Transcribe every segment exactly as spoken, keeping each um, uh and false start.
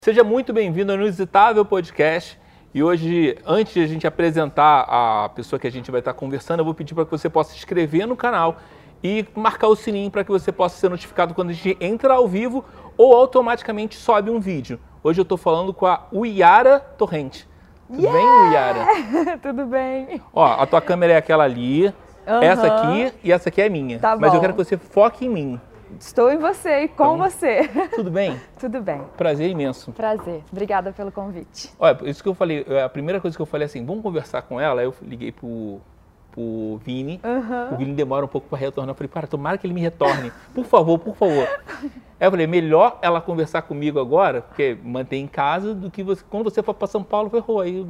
Seja muito bem-vindo ao Inusitável Podcast. E hoje, antes de a gente apresentar a pessoa que a gente vai estar conversando, eu vou pedir para que você possa se inscrever no canal e marcar o sininho para que você possa ser notificado quando a gente entra ao vivo ou automaticamente sobe um vídeo. Hoje eu estou falando com a Uyara Torrente. Tudo yeah! bem, Uyara? Tudo bem. Ó, a tua câmera é aquela ali, uhum. essa aqui e essa aqui é minha. Tá Mas bom. eu quero que você foque em mim. Estou em você e com então, você. Tudo bem? Tudo bem. Prazer imenso. Prazer. Obrigada pelo convite. Olha, isso que eu falei, a primeira coisa que eu falei assim, vamos conversar com ela, aí eu liguei pro, pro Vini, uhum. O Vini demora um pouco para retornar, eu falei, para, tomara que ele me retorne, por favor, por favor. Aí eu falei, melhor ela conversar comigo agora, porque mantém em casa, do que você, quando você for para São Paulo, ferrou, aí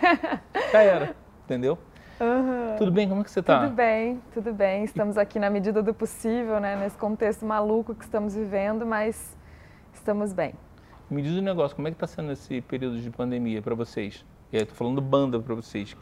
já era, entendeu? Uhum. Tudo bem? Como é que você tá? Tudo bem, tudo bem. Estamos aqui na medida do possível, né? Nesse contexto maluco que estamos vivendo, mas estamos bem. Me diz um negócio, como é que tá sendo esse período de pandemia para vocês? E aí, eu tô falando banda para vocês.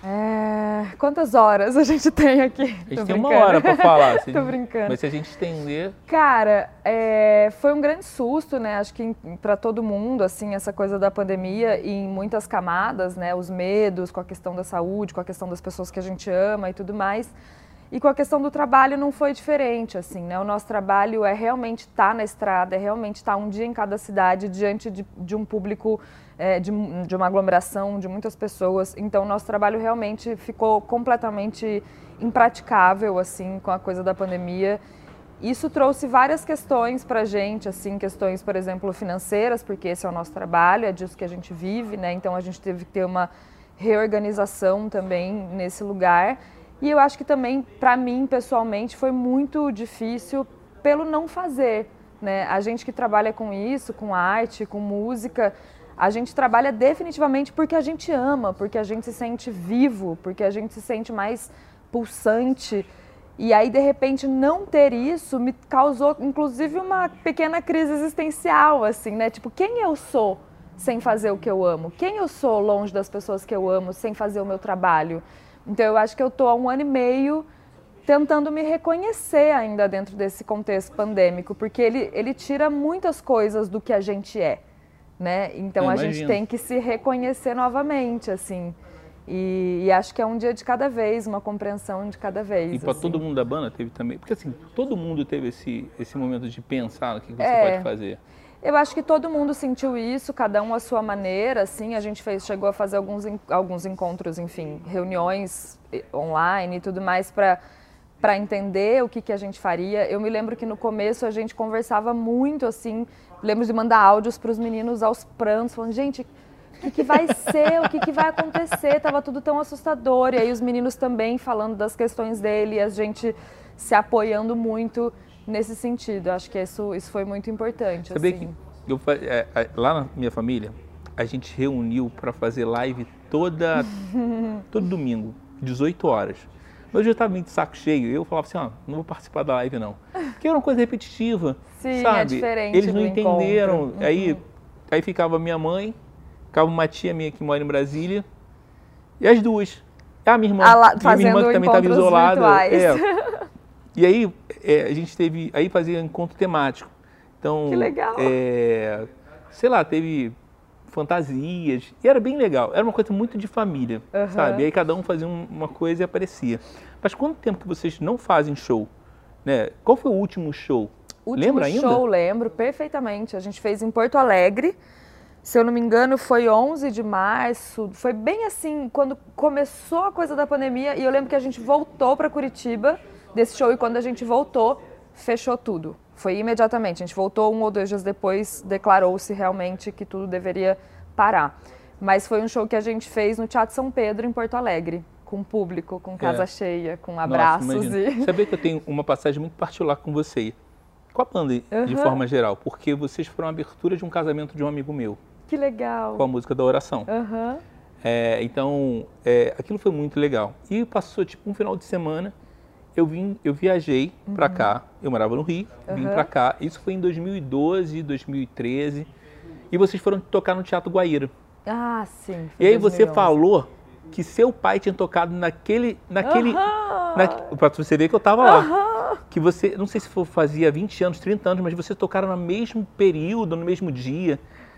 É... Quantas horas a gente tem aqui? A gente Tô tem brincando. uma hora para falar. Tô brincando. Mas se a gente estender... Cara, é... foi um grande susto, né? Acho que para todo mundo, assim, essa coisa da pandemia e em muitas camadas, né? Os medos com a questão da saúde, com a questão das pessoas que a gente ama e tudo mais. E com a questão do trabalho não foi diferente, assim, né? O nosso trabalho é realmente estar na estrada, é realmente estar um dia em cada cidade diante de, de um público, é, de, de uma aglomeração de muitas pessoas. Então, o nosso trabalho realmente ficou completamente impraticável, assim, com a coisa da pandemia. Isso trouxe várias questões para a gente, assim, questões, por exemplo, financeiras, porque esse é o nosso trabalho, é disso que a gente vive, né? Então, a gente teve que ter uma reorganização também nesse lugar. E eu acho que também, para mim, pessoalmente, foi muito difícil pelo não fazer, né? A gente que trabalha com isso, com arte, com música, a gente trabalha definitivamente porque a gente ama, porque a gente se sente vivo, porque a gente se sente mais pulsante. E aí, de repente, não ter isso me causou, inclusive, uma pequena crise existencial, assim, né? Tipo, quem eu sou sem fazer o que eu amo? Quem eu sou longe das pessoas que eu amo, sem fazer o meu trabalho? Então, eu acho que eu estou há um ano e meio tentando me reconhecer ainda dentro desse contexto pandêmico, porque ele, ele tira muitas coisas do que a gente é, né? Então, a gente tem que se reconhecer novamente, assim. E, e acho que é um dia de cada vez, uma compreensão de cada vez. E para assim. todo mundo da banda teve também, porque assim, todo mundo teve esse, esse momento de pensar o que você é. pode fazer. Eu acho que todo mundo sentiu isso, cada um à sua maneira, assim, a gente fez, chegou a fazer alguns, alguns encontros, enfim, reuniões online e tudo mais para para entender o que, que a gente faria. Eu me lembro que no começo a gente conversava muito, assim, lembro de mandar áudios para os meninos aos prantos, falando, gente, o que, que vai ser, o que, que vai acontecer, tava tudo tão assustador, e aí os meninos também falando das questões dele, e a gente se apoiando muito nesse sentido. Acho que isso, isso foi muito importante. Sabia assim. que eu, é, lá na minha família, a gente reuniu para fazer live toda, todo domingo, dezoito horas. Mas eu estava meio de saco cheio, eu falava assim, ó, não vou participar da live não. Porque era uma coisa repetitiva, Sim, sabe? é diferente. Eles não entenderam. Uhum. Aí, aí ficava minha mãe, ficava uma tia minha que mora em Brasília, e as duas. A minha irmã, ah, lá, e a minha irmã que também estava isolada. É. E aí, é, a gente teve, aí fazia encontro temático. Então, que legal. É, sei lá, teve fantasias, e era bem legal. Era uma coisa muito de família, uhum. sabe? E aí cada um fazia uma coisa e aparecia. Mas quanto tempo que vocês não fazem show? Né? Qual foi o último show? Último Lembra ainda? show, lembro perfeitamente. A gente fez em Porto Alegre. Se eu não me engano, foi onze de março. Foi bem assim, quando começou a coisa da pandemia. E eu lembro que a gente voltou para Curitiba desse show, e quando a gente voltou, fechou tudo. Foi imediatamente. A gente voltou um ou dois dias depois, declarou-se realmente que tudo deveria parar. Mas foi um show que a gente fez no Teatro São Pedro, em Porto Alegre, com público, com casa é. cheia, com abraços. Nossa, e... Sabia que eu tenho uma passagem muito particular com você, com a banda uhum. de forma geral, porque vocês foram a abertura de um casamento de um amigo meu. Que legal. Com a música da oração. Uhum. É, então, é, aquilo foi muito legal. E passou tipo um final de semana, eu vim, eu viajei uhum. para cá, eu morava no Rio, uhum. vim para cá, isso foi em dois mil e doze, dois mil e treze, e vocês foram tocar no Teatro Guaíra. Ah, sim. E aí você falou que seu pai tinha tocado naquele, naquele, uhum. na, para você ver que eu estava lá, uhum. que você, não sei se fazia vinte anos, trinta anos, mas vocês tocaram no mesmo período, no mesmo dia.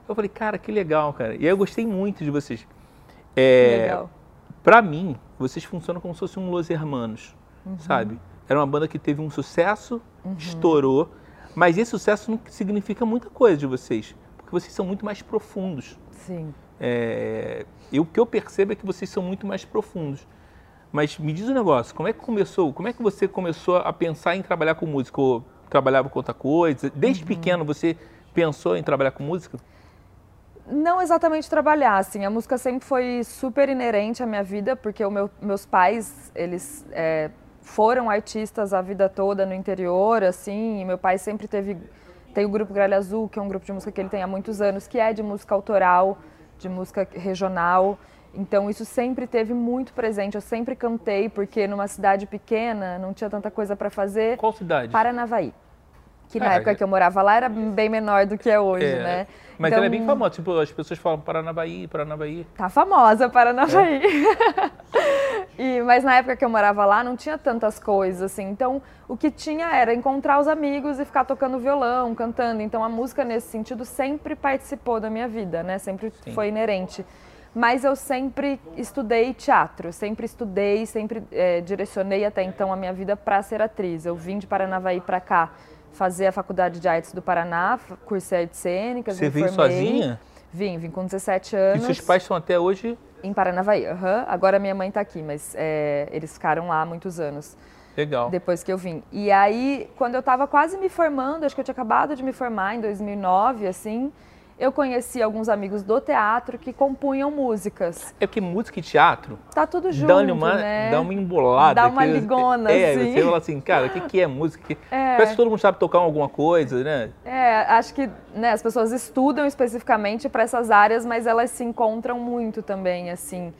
Eu falei, cara, que legal, cara. E aí eu gostei muito de vocês. É, Que legal. Pra mim, vocês funcionam como se fossem um Los Hermanos, uhum. sabe? Era uma banda que teve um sucesso, uhum. estourou, mas esse sucesso não significa muita coisa de vocês, porque vocês são muito mais profundos. Sim. É, e o que eu percebo é que vocês são muito mais profundos. Mas me diz um negócio, como é que começou? Como é que você começou a pensar em trabalhar com música? Ou trabalhava com outra coisa? Desde uhum. pequeno você pensou em trabalhar com música? Não exatamente trabalhar, assim, a música sempre foi super inerente à minha vida, porque o meu, meus pais, eles é, foram artistas a vida toda no interior, assim, e meu pai sempre teve, tem o grupo Gralha Azul, que é um grupo de música que ele tem há muitos anos, que é de música autoral, de música regional. Então isso sempre teve muito presente, eu sempre cantei, porque numa cidade pequena não tinha tanta coisa para fazer. Qual cidade? Paranavaí. Que na ah, época é. que eu morava lá era bem menor do que é hoje, é, né? Mas então, ela é bem famosa, tipo, as pessoas falam Paranavaí, Paranavaí. Tá famosa, Paranavaí. É. e, mas na época que eu morava lá não tinha tantas coisas, assim. Então o que tinha era encontrar os amigos e ficar tocando violão, cantando. Então a música nesse sentido sempre participou da minha vida, né? Sempre Sim. foi inerente. Mas eu sempre estudei teatro, sempre estudei, sempre é, direcionei até então a minha vida para ser atriz. Eu vim de Paranavaí para cá fazer a Faculdade de Artes do Paraná, cursei artes cênicas, Você me veio formei. sozinha? Vim, vim com dezessete anos. E seus pais estão até hoje? Em Paranavaí, uhum. Agora minha mãe está aqui, mas é, eles ficaram lá há muitos anos. Legal. Depois que eu vim. E aí, quando eu estava quase me formando, acho que eu tinha acabado de me formar em dois mil e nove, assim... Eu conheci alguns amigos do teatro que compunham músicas. É porque música e teatro... Tá tudo junto, dá uma, né? Dá uma embolada. Dá uma que, ligona, é, assim. Você fala assim, cara, o que, que é música? É. Parece que todo mundo sabe tocar alguma coisa, né? É, acho que né, as pessoas estudam especificamente para essas áreas, mas elas se encontram muito também, assim.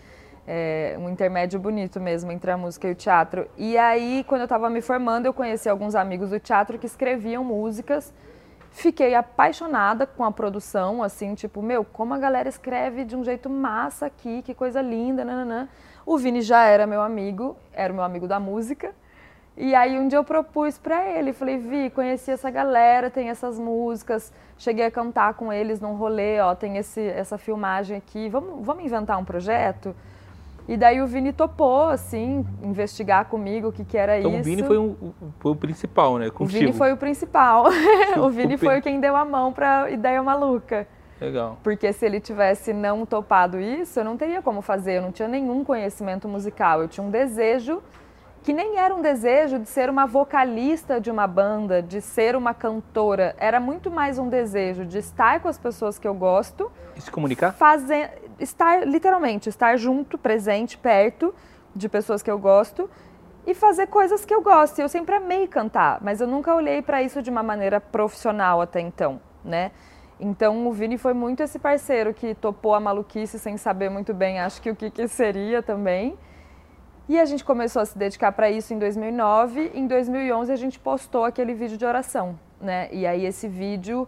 É um intermédio bonito mesmo entre a música e o teatro. E aí, quando eu estava me formando, eu conheci alguns amigos do teatro que escreviam músicas. Fiquei apaixonada com a produção, assim, tipo, meu, como a galera escreve de um jeito massa aqui, que coisa linda, nananã. O Vini já era meu amigo, era o meu amigo da música. E aí um dia eu propus pra ele, falei, Vi, conheci essa galera, tem essas músicas, cheguei a cantar com eles num rolê, ó, tem esse, essa filmagem aqui, vamos, vamos inventar um projeto? E daí o Vini topou, assim, investigar comigo o que, que era então, isso. Então o Vini foi, um, foi o principal, né? Contigo. O Vini foi o principal. o Vini foi quem deu a mão pra ideia maluca. Legal. Porque se ele tivesse não topado isso, eu não teria como fazer, eu não tinha nenhum conhecimento musical. Eu tinha um desejo, que nem era um desejo de ser uma vocalista de uma banda, de ser uma cantora. Era muito mais um desejo de estar com as pessoas que eu gosto. E se comunicar? Fazer, estar, literalmente, estar junto, presente, perto de pessoas que eu gosto e fazer coisas que eu gosto. Eu sempre amei cantar, mas eu nunca olhei para isso de uma maneira profissional até então, né? Então o Vini foi muito esse parceiro que topou a maluquice sem saber muito bem, acho que o que, que seria também. E a gente começou a se dedicar para isso em dois mil e nove. Em dois mil e onze a gente postou aquele vídeo de oração, né? E aí esse vídeo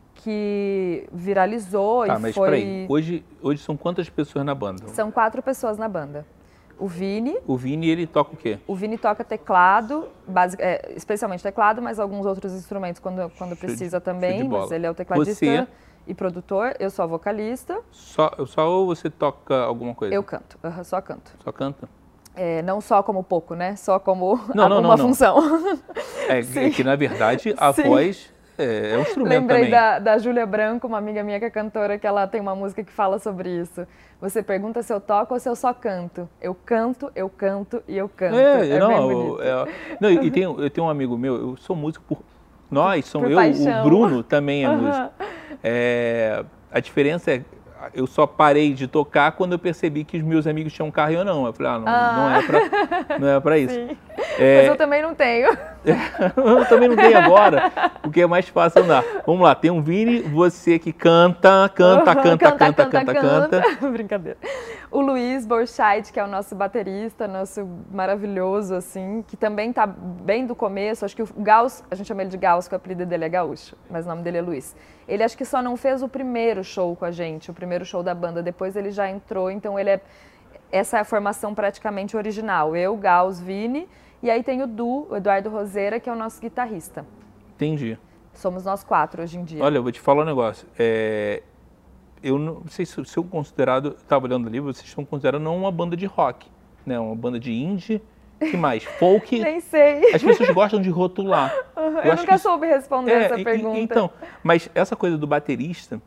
que viralizou tá, e mas foi... Peraí, hoje, hoje são quantas pessoas na banda? São quatro pessoas na banda. O Vini... O Vini, ele toca o quê? O Vini toca teclado, basic, é, especialmente teclado, mas alguns outros instrumentos quando, quando precisa de, também. Mas ele é o tecladista você... e produtor. Eu sou a vocalista. Só, só ou você toca alguma coisa? Eu canto, uhum, só canto. Só canta? É, não só como pouco, né? Só como não, a, não, uma não, função. É, é que, na verdade, a Sim. voz é, é um instrumento Lembrei também. da, da Júlia Branco, uma amiga minha que é cantora, que ela tem uma música que fala sobre isso. Você pergunta se eu toco ou se eu só canto. Eu canto, eu canto e eu canto. É, é não, bem bonito. É, não, e tem, eu tenho um amigo meu, eu sou músico por... Nós somos, por eu, paixão. O Bruno também é uhum. músico. É, a diferença é eu só parei de tocar quando eu percebi que os meus amigos tinham carro e eu não. Eu falei, ah, não, ah. não é pra, não é pra isso. Sim. É, mas eu também não tenho. eu também não tenho agora, porque é mais fácil andar. Vamos lá, tem um Vini, você que canta, canta, uhum, canta, canta, canta, canta, canta. canta. Brincadeira. O Luiz Borchardt, que é o nosso baterista, nosso maravilhoso, assim, que também tá bem do começo. Acho que o Gauss, a gente chama ele de Gauss, que o apelido dele é Gaúcho, mas o nome dele é Luiz. Ele acho que só não fez o primeiro show com a gente, o primeiro show da banda. Depois ele já entrou, então ele é... Essa é a formação praticamente original. Eu, Gauss, Vini, e aí tem o Du, o Eduardo Roseira, que é o nosso guitarrista. Entendi. Somos nós quatro hoje em dia. Olha, eu vou te falar um negócio. É... eu não sei se, se eu considerado, estava olhando ali, vocês estão considerando não uma banda de rock, né? Uma banda de indie, que mais? Folk. Nem sei. As pessoas gostam de rotular. Uhum, eu, eu nunca que, soube responder é, essa e, pergunta. Então, mas essa coisa do baterista,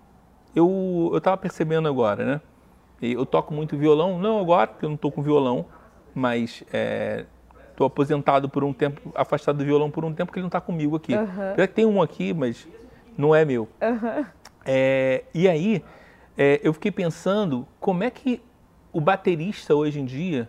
eu eu tava percebendo agora, né? Eu toco muito violão, não agora, porque eu não tô com violão, mas estou é, aposentado por um tempo, afastado do violão por um tempo, porque ele não está comigo aqui. Uhum. Já tem um aqui, mas não é meu. Uhum. É, e aí, é, eu fiquei pensando como é que o baterista hoje em dia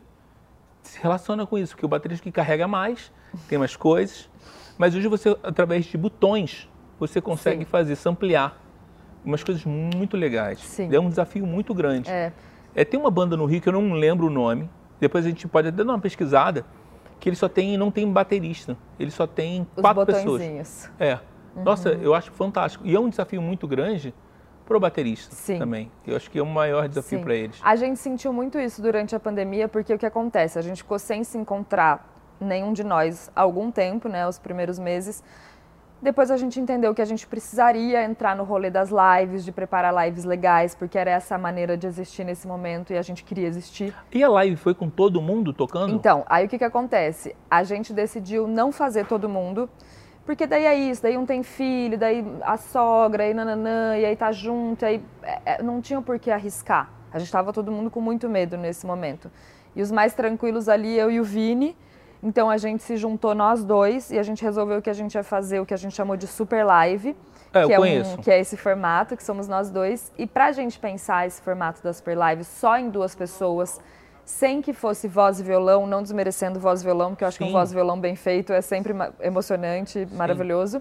se relaciona com isso, porque o baterista que carrega mais, tem mais coisas, mas hoje você, através de botões, você consegue Sim. fazer, samplear umas coisas muito legais. Sim. É um desafio muito grande. É. É, tem uma banda no Rio que eu não lembro o nome, depois a gente pode até dar uma pesquisada, que ele só tem, não tem baterista, ele só tem Os quatro pessoas. É. Uhum. Nossa, eu acho fantástico. E é um desafio muito grande para o baterista Sim. também. Eu acho que é o maior desafio para eles. A gente sentiu muito isso durante a pandemia, porque o que acontece? A gente ficou sem se encontrar, nenhum de nós, há algum tempo, né, os primeiros meses. Depois a gente entendeu que a gente precisaria entrar no rolê das lives, de preparar lives legais, porque era essa a maneira de existir nesse momento e a gente queria existir. E a live foi com todo mundo tocando? Então, aí o que que acontece? A gente decidiu não fazer todo mundo, porque daí é isso, daí um tem filho, daí a sogra, e nananã, e aí tá junto, aí é, não tinha por que arriscar. A gente tava todo mundo com muito medo nesse momento. E os mais tranquilos ali, eu e o Vini. Então a gente se juntou nós dois e a gente resolveu que a gente ia fazer o que a gente chamou de super live, é, que, é um, que é esse formato, que somos nós dois. E pra gente pensar esse formato da super live só em duas pessoas, sem que fosse voz e violão, não desmerecendo voz e violão, porque eu acho Sim. que um voz e violão bem feito é sempre emocionante, Sim. maravilhoso.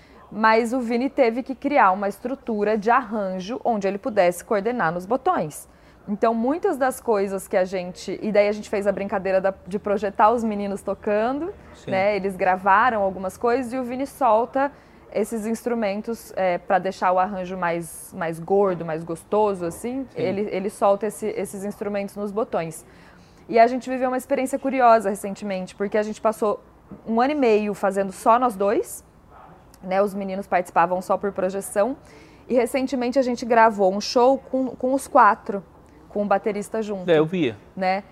Mas o Vini teve que criar uma estrutura de arranjo onde ele pudesse coordenar nos botões. Então, muitas das coisas que a gente... E daí a gente fez a brincadeira da, de projetar os meninos tocando, né? Eles gravaram algumas coisas e o Vini solta esses instrumentos é, para deixar o arranjo mais, mais gordo, mais gostoso, assim. Ele, ele solta esse, esses instrumentos nos botões. E a gente viveu uma experiência curiosa recentemente, porque a gente passou um ano e meio fazendo só nós dois, né? Os meninos participavam só por projeção. E recentemente a gente gravou um show com, com os quatro, com o baterista junto. É, eu via. Né?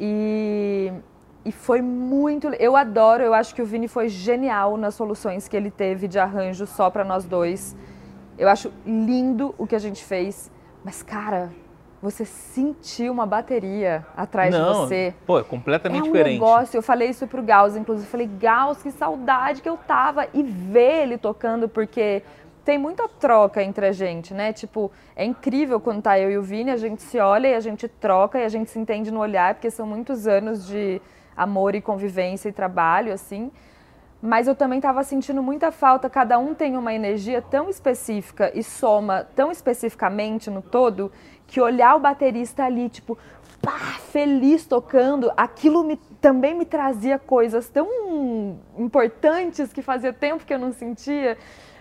E, e foi muito... Eu adoro, eu acho que o Vini foi genial nas soluções que ele teve de arranjo só para nós dois. Eu acho lindo o que a gente fez. Mas, cara, você sentiu uma bateria atrás Não, de você. Pô, é completamente é um diferente. negócio, eu falei isso pro Gauss, inclusive. Eu falei, Gauss, que saudade que eu tava. E ver ele tocando, porque... Tem muita troca entre a gente, né? Tipo, é incrível quando tá eu e o Vini, a gente se olha e a gente troca e a gente se entende no olhar, porque são muitos anos de amor e convivência e trabalho, assim. Mas eu também tava sentindo muita falta, cada um tem uma energia tão específica e soma tão especificamente no todo, que olhar o baterista ali, tipo, pá, feliz tocando, aquilo me, também me trazia coisas tão importantes que fazia tempo que eu não sentia.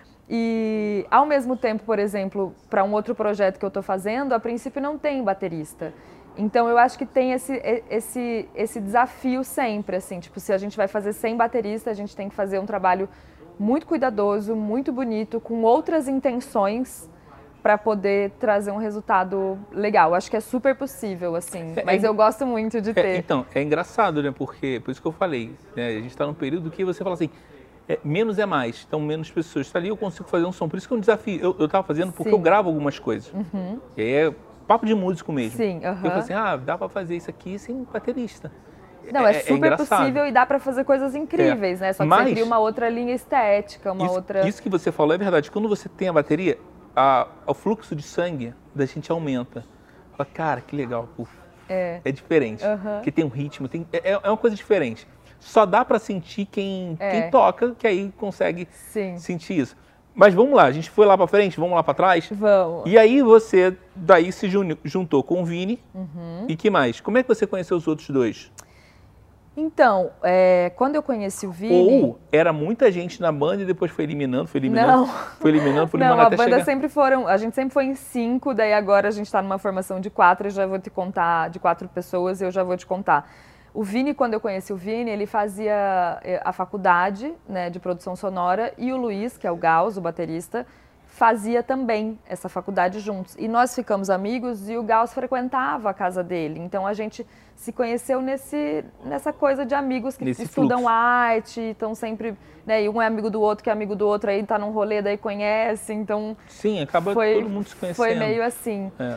E, ao mesmo tempo, por exemplo, para um outro projeto que eu estou fazendo, a princípio não tem baterista. Então, eu acho que tem esse, esse, esse desafio sempre, assim, tipo, se a gente vai fazer sem baterista, a gente tem que fazer um trabalho muito cuidadoso, muito bonito, com outras intenções para poder trazer um resultado legal. Acho que é super possível, assim, mas é, eu gosto muito de ter. É, então, é engraçado, né, porque, por isso que eu falei, né, a gente está num período que você fala assim, É, menos é mais, então menos pessoas. Está ali, eu consigo fazer um som. Por isso que é um desafio. Eu estava fazendo porque Sim. eu gravo algumas coisas. Uhum. E aí é papo de músico mesmo. Sim, uhum. Eu falei assim, ah, dá para fazer isso aqui sem baterista. Não, é, é super é possível e dá para fazer coisas incríveis, é. né? Só que Mas, você cria uma outra linha estética, uma isso, outra... Isso que você falou é verdade. Quando você tem a bateria, a, o fluxo de sangue da gente aumenta. Fala, cara, que legal. Uf, é. é diferente. Uhum. Porque tem um ritmo, tem, é, é uma coisa diferente. Só dá para sentir quem, é. quem toca, que aí consegue Sim. sentir isso. Mas vamos lá, a gente foi lá para frente, vamos lá para trás? Vamos. E aí você daí se juntou com o Vini. Uhum. E que mais? Como é que você conheceu os outros dois? Então, é, quando eu conheci o Vini... Ou era muita gente na banda e depois foi eliminando, foi eliminando, Não. foi eliminando, foi eliminando Não, até a banda chegar... sempre foram... A gente sempre foi em cinco, daí agora a gente está numa formação de quatro, eu já vou te contar, de quatro pessoas, eu já vou te contar. O Vini, quando eu conheci o Vini, ele fazia a faculdade, né, de produção sonora, e o Luiz, que é o Gauss, o baterista, fazia também essa faculdade juntos. E nós ficamos amigos e o Gauss frequentava a casa dele. Então a gente se conheceu nesse, nessa coisa de amigos que nesse estudam fluxo. arte, estão sempre, né, e um é amigo do outro, que é amigo do outro, aí tá num rolê, daí conhece, então... Sim, acaba foi, todo mundo se conhecendo. Foi meio assim. É.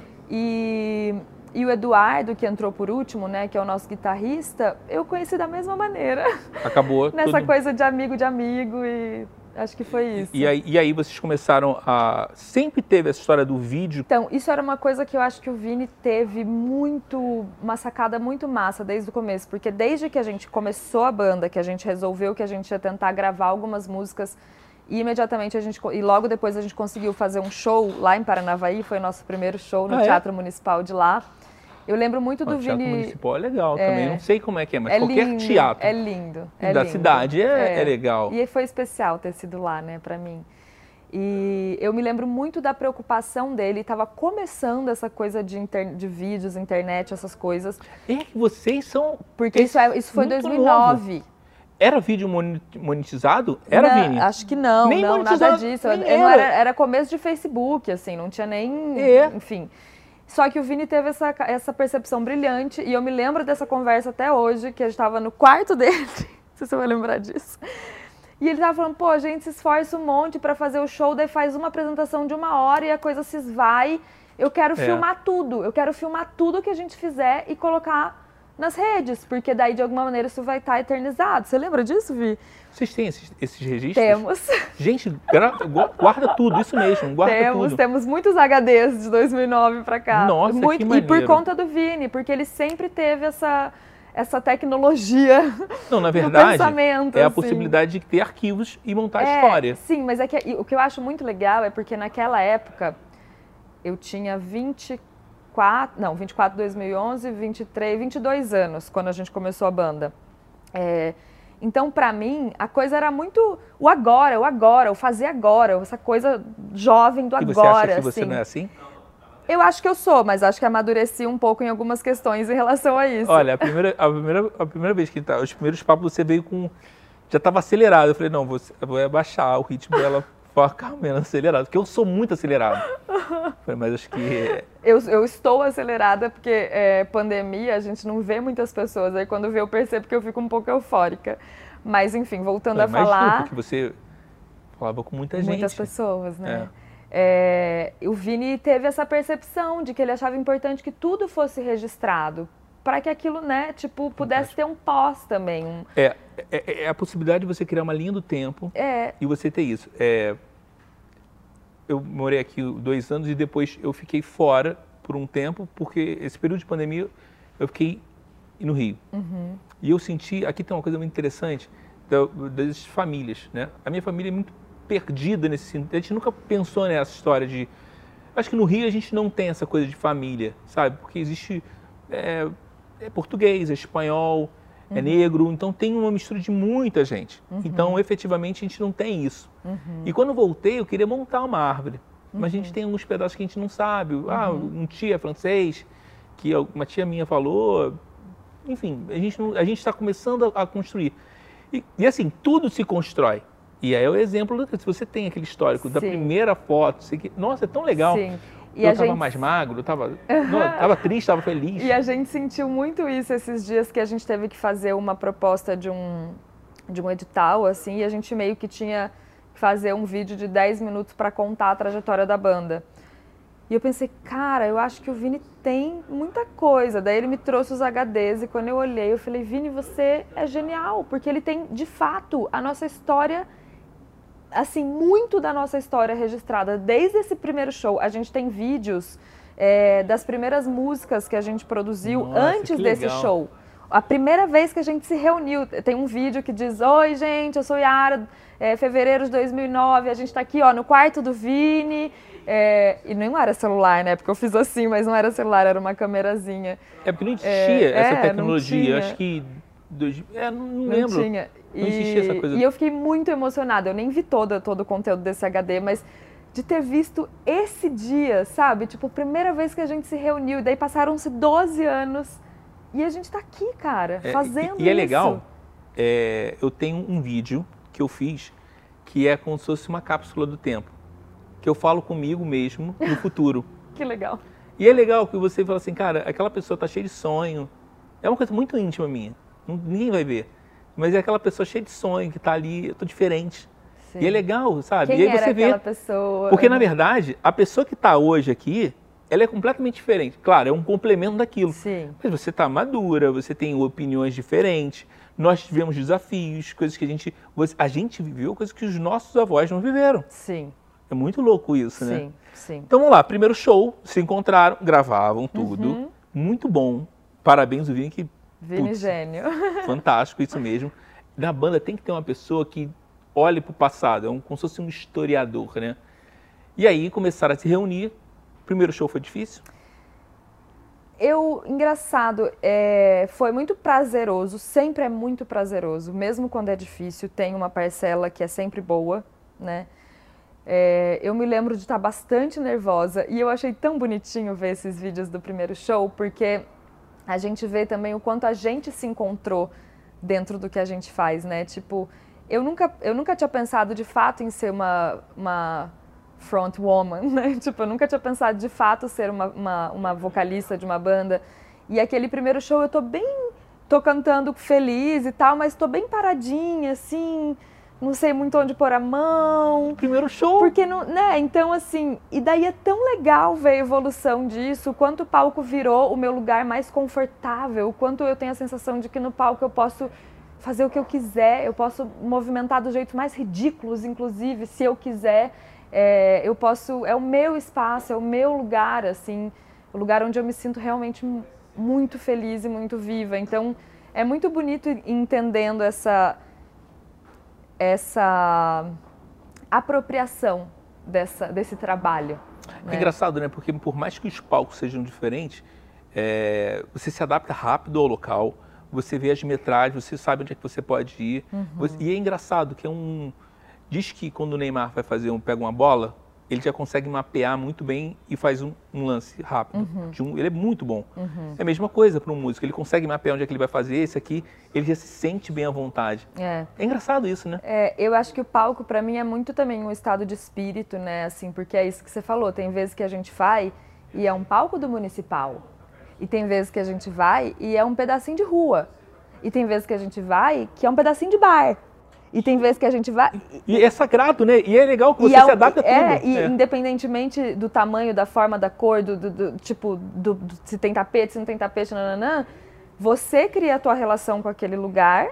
E, e o Eduardo, que entrou por último, né, que é o nosso guitarrista, eu conheci da mesma maneira. Acabou Nessa tudo... coisa de amigo de amigo e... Acho que foi isso. E aí, e aí vocês começaram a... Sempre teve essa história do vídeo? Então, isso era uma coisa que eu acho que o Vini teve muito... Uma sacada muito massa desde o começo. Porque desde que a gente começou a banda, que a gente resolveu que a gente ia tentar gravar algumas músicas e imediatamente a gente... E logo depois a gente conseguiu fazer um show lá em Paranavaí. Foi o nosso primeiro show no ah, Teatro é? Municipal de lá. Eu lembro muito do o Vini... Teatro Municipal é legal é, também, não sei como é que é, mas é qualquer lindo, teatro é lindo, é da lindo. cidade é, é. é legal. E foi especial ter sido lá, né, pra mim. E eu me lembro muito da preocupação dele, estava começando essa coisa de, inter... de vídeos, internet, essas coisas. É que vocês são... Porque isso, é, isso foi em dois mil e nove. Novo. Era vídeo monetizado? Era, não, Vini? Acho que não, nem não, nada disso. Nem era. Era, era começo de Facebook, assim, não tinha nem... É. Enfim... Só que o Vini teve essa, essa percepção brilhante e eu me lembro dessa conversa até hoje, que a gente estava no quarto dele, não sei se você vai lembrar disso. E ele tava falando, pô, a gente se esforça um monte para fazer o show, daí faz uma apresentação de uma hora e a coisa se esvai. Eu quero é. filmar tudo, eu quero filmar tudo que a gente fizer e colocar nas redes, porque daí de alguma maneira isso vai estar eternizado. Você lembra disso, Vi? Vocês têm esses, esses registros? Temos. Gente, guarda tudo, isso mesmo, guarda temos, tudo. Temos muitos H Ds de dois mil e nove para cá. Nossa, Muito, que maneiro. E por conta do Vini, porque ele sempre teve essa, essa tecnologia. Não, na verdade, pensamento, é a assim. possibilidade de ter arquivos e montar é, a história. Sim, mas é que o que eu acho muito legal é porque naquela época eu tinha vinte e quatro, não, vinte e quatro, dois mil e onze, vinte e três, vinte e dois anos quando a gente começou a banda. É, então, pra mim, a coisa era muito o agora, o agora, o fazer agora, essa coisa jovem do e agora. Você acha que você assim. não é assim? Eu acho que eu sou, mas acho que amadureci um pouco em algumas questões em relação a isso. Olha, a primeira, a primeira, a primeira vez que tá, os primeiros papos você veio com... Já estava acelerado. Eu falei, não, vou, eu vou abaixar o ritmo dela para ficar menos acelerado, porque eu sou muito acelerado. Falei, mas acho que... Eu, eu estou acelerada porque é, pandemia, a gente não vê muitas pessoas. Aí quando vê eu percebo que eu fico um pouco eufórica. Mas enfim, voltando eu a falar... porque você falava com muita gente. Muitas pessoas, né? É. É, o Vini teve essa percepção de que ele achava importante que tudo fosse registrado, para que aquilo, né, tipo, pudesse ter um pós também. Um... É, é, é a possibilidade de você criar uma linha do tempo é. e você ter isso. É, eu morei aqui dois anos e depois eu fiquei fora por um tempo, porque esse período de pandemia eu fiquei no Rio. Uhum. E eu senti, aqui tem uma coisa muito interessante, das famílias, né? A minha família é muito perdida nesse sentido. A gente nunca pensou nessa história de... Acho que no Rio a gente não tem essa coisa de família, sabe? Porque existe... É, é português, é espanhol, uhum. é negro, então tem uma mistura de muita gente. Uhum. Então, efetivamente, a gente não tem isso. Uhum. E quando eu voltei, eu queria montar uma árvore. Uhum. Mas a gente tem alguns pedaços que a gente não sabe. Uhum. Ah, um tia francês, que uma tia minha falou... Enfim, a gente a gente está começando a, a construir. E, e assim, tudo se constrói. E aí é o exemplo, se você tem aquele histórico Sim. da primeira foto, você, nossa, é tão legal. Sim. E eu a estava gente... mais magro, eu estava uhum. triste, estava feliz. E a gente sentiu muito isso esses dias que a gente teve que fazer uma proposta de um, de um edital, assim, e a gente meio que tinha que fazer um vídeo de dez minutos para contar a trajetória da banda. E eu pensei, cara, eu acho que o Vini tem muita coisa. Daí ele me trouxe os H Ds e quando eu olhei, eu falei, Vini, você é genial, porque ele tem, de fato, a nossa história, assim, muito da nossa história registrada. Desde esse primeiro show, a gente tem vídeos é, das primeiras músicas que a gente produziu Nossa, antes desse legal. show. A primeira vez que a gente se reuniu, tem um vídeo que diz, oi, gente, eu sou Yara, é, fevereiro de dois mil e nove, a gente tá aqui, ó, no quarto do Vini... É, e não era celular, né? Porque eu fiz assim, mas não era celular, era uma câmerazinha. É porque não existia é, essa é, tecnologia, acho que... Dois, é, não, não lembro. Não tinha. Não existia e, essa coisa. E eu fiquei muito emocionada, eu nem vi todo, todo o conteúdo desse H D, mas de ter visto esse dia, sabe? Tipo, a primeira vez que a gente se reuniu, e daí passaram-se doze anos e a gente tá aqui, cara, é, fazendo isso. E é legal, é, eu tenho um vídeo que eu fiz que é como se fosse uma cápsula do tempo. que eu falo comigo mesmo no futuro. Que legal. E é legal que você fala assim, cara, aquela pessoa tá cheia de sonho. É uma coisa muito íntima minha. Ninguém vai ver. Mas é aquela pessoa cheia de sonho, que tá ali, eu tô diferente. Sim. E é legal, sabe? Quem e aí era você aquela vê. pessoa? Porque, na verdade, a pessoa que tá hoje aqui, ela é completamente diferente. Claro, é um complemento daquilo. Sim. Mas você tá madura, você tem opiniões diferentes. Nós tivemos desafios, coisas que a gente... A gente viveu coisas que os nossos avós não viveram. Sim. É muito louco isso, né? Sim, sim. Então, vamos lá. Primeiro show, se encontraram, gravavam tudo. Uhum. Muito bom. Parabéns, o Vini, que... Vini putz, gênio. Fantástico, isso mesmo. Na banda tem que ter uma pessoa que olhe para o passado, é um, como se fosse um historiador, né? E aí começaram a se reunir. O primeiro show foi difícil? Eu, engraçado, é, foi muito prazeroso, sempre é muito prazeroso, mesmo quando é difícil, tem uma parcela que é sempre boa, né? É, eu me lembro de estar bastante nervosa e eu achei tão bonitinho ver esses vídeos do primeiro show, porque a gente vê também o quanto a gente se encontrou dentro do que a gente faz, né? Tipo, eu nunca, eu nunca tinha pensado de fato em ser uma, uma front woman, né? Tipo, eu nunca tinha pensado de fato ser uma, uma, uma vocalista de uma banda. E aquele primeiro show eu tô bem, tô cantando feliz e tal, mas tô bem paradinha, assim, não sei muito onde pôr a mão. Primeiro show. Porque, não, né, então assim, e daí é tão legal ver a evolução disso, o quanto o palco virou o meu lugar mais confortável, o quanto eu tenho a sensação de que no palco eu posso fazer o que eu quiser, eu posso movimentar dos jeitos mais ridículos, inclusive, se eu quiser, é, eu posso, é o meu espaço, é o meu lugar, assim, o lugar onde eu me sinto realmente muito feliz e muito viva. Então, é muito bonito ir entendendo essa... essa apropriação dessa, desse trabalho. É né? engraçado, né? Porque por mais que os palcos sejam diferentes, é, você se adapta rápido ao local, você vê as metragens, você sabe onde é que você pode ir. Uhum. Você, e é engraçado que é um... Diz que quando o Neymar vai fazer um, pega uma bola, ele já consegue mapear muito bem e faz um, um lance rápido. Uhum. De um, ele é muito bom. Uhum. É a mesma coisa para um músico, ele consegue mapear onde é que ele vai fazer, esse aqui, ele já se sente bem à vontade. É, é engraçado isso, né? É, eu acho que o palco para mim é muito também um estado de espírito, né? Assim, porque é isso que você falou, tem vezes que a gente vai e é um palco do municipal. E tem vezes que a gente vai e é um pedacinho de rua. E tem vezes que a gente vai que é um pedacinho de bar. E tem vezes que a gente vai... E é sagrado, né? E é legal que você é, se adapta a tudo. É, e é. independentemente do tamanho, da forma, da cor, do, do, do tipo, do, do, se tem tapete, se não tem tapete, nananã, você cria a tua relação com aquele lugar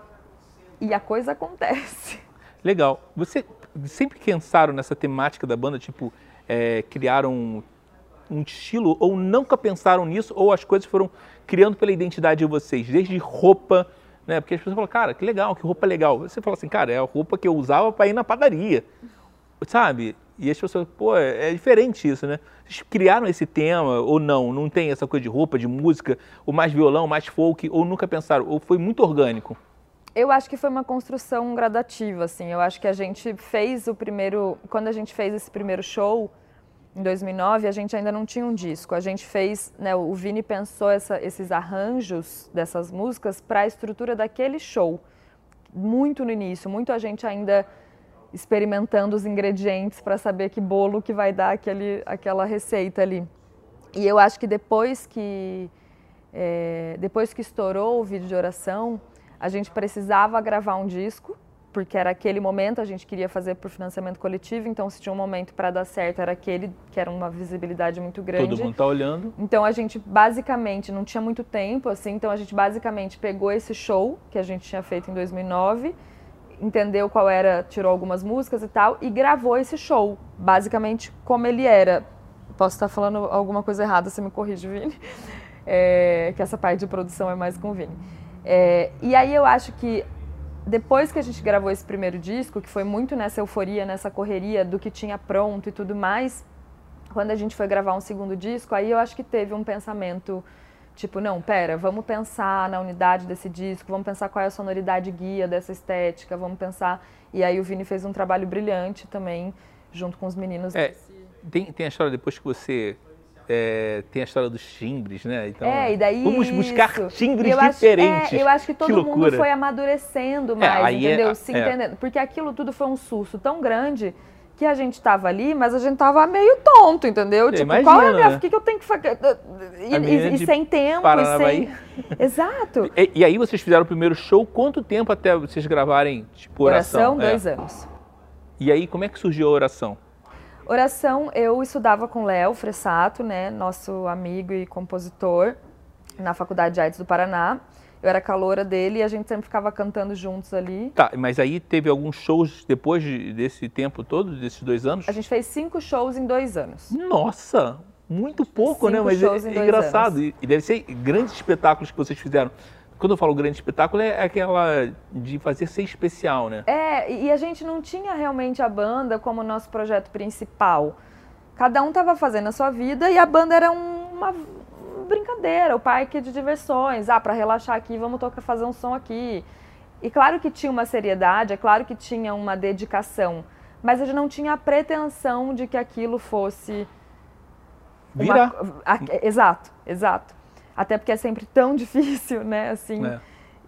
e a coisa acontece. Legal. Você sempre pensaram nessa temática da banda, tipo, é, criaram um, um estilo, ou nunca pensaram nisso, ou as coisas foram criando pela identidade de vocês, desde roupa... Né? Porque as pessoas falam, cara, que legal, que roupa legal. Você fala assim, cara, é a roupa que eu usava para ir na padaria, sabe? E as pessoas, pô, é, é diferente isso, né? Vocês criaram esse tema ou não? Não tem essa coisa de roupa, de música, ou mais violão, mais folk, ou nunca pensaram? Ou foi muito orgânico? Eu acho que foi uma construção gradativa, assim. Eu acho que a gente fez o primeiro... Quando a gente fez esse primeiro show, em dois mil e nove, a gente ainda não tinha um disco. A gente fez, né, o Vini pensou essa, esses arranjos dessas músicas para a estrutura daquele show. Muito no início, muito a gente ainda experimentando os ingredientes para saber que bolo que vai dar aquele, aquela receita ali. E eu acho que depois que, é, depois que estourou o vídeo de oração, a gente precisava gravar um disco, porque era aquele momento, a gente queria fazer por financiamento coletivo, então se tinha um momento para dar certo, era aquele que era uma visibilidade muito grande. Todo mundo tá olhando. Então a gente basicamente, não tinha muito tempo, assim, então a gente basicamente pegou esse show que a gente tinha feito em dois mil e nove, entendeu qual era, tirou algumas músicas e tal, e gravou esse show, basicamente como ele era. Posso estar falando alguma coisa errada, você me corrige, Vini, é, que essa parte de produção é mais com o Vini. É, e aí eu acho que depois que a gente gravou esse primeiro disco, que foi muito nessa euforia, nessa correria do que tinha pronto e tudo mais, quando a gente foi gravar um segundo disco, aí eu acho que teve um pensamento, tipo, não, pera, vamos pensar na unidade desse disco, vamos pensar qual é a sonoridade guia dessa estética, vamos pensar... E aí o Vini fez um trabalho brilhante também, junto com os meninos. É, tem, tem a história depois que você... É, tem a história dos timbres, né? Então, é, e daí vamos buscar isso. timbres eu diferentes. Acho, é, eu acho que todo que mundo foi amadurecendo mais, é, entendeu? É, Se é. entendendo. Porque aquilo tudo foi um susto tão grande que a gente tava ali, mas a gente tava meio tonto, entendeu? Eu tipo, imagino, qual é a minha... né? O que, que eu tenho que fazer? E, e, e sem tempo, Paranavaí. e sem... Exato. E, e aí vocês fizeram o primeiro show, quanto tempo até vocês gravarem, tipo, oração? Oração, dois é. anos. E aí, como é que surgiu a oração? Oração, eu estudava com o Léo Fressato, né, nosso amigo e compositor, na Faculdade de Artes do Paraná. Eu era caloura dele e a gente sempre ficava cantando juntos ali. Tá, mas aí teve alguns shows depois de, desse tempo todo, desses dois anos? A gente fez cinco shows em dois anos. Nossa, muito pouco, cinco né? Mas shows é, em é dois engraçado. anos. E, e deve ser grandes espetáculos que vocês fizeram. Quando eu falo grande espetáculo, é aquela de fazer ser especial, né? É, e a gente não tinha realmente a banda como nosso projeto principal. Cada um estava fazendo a sua vida e a banda era uma brincadeira, o parque de diversões. Ah, para relaxar aqui, vamos tocar, fazer um som aqui. E claro que tinha uma seriedade, é claro que tinha uma dedicação, mas a gente não tinha a pretensão de que aquilo fosse... Virar. Uma... Exato, exato. Até porque é sempre tão difícil, né, assim. É.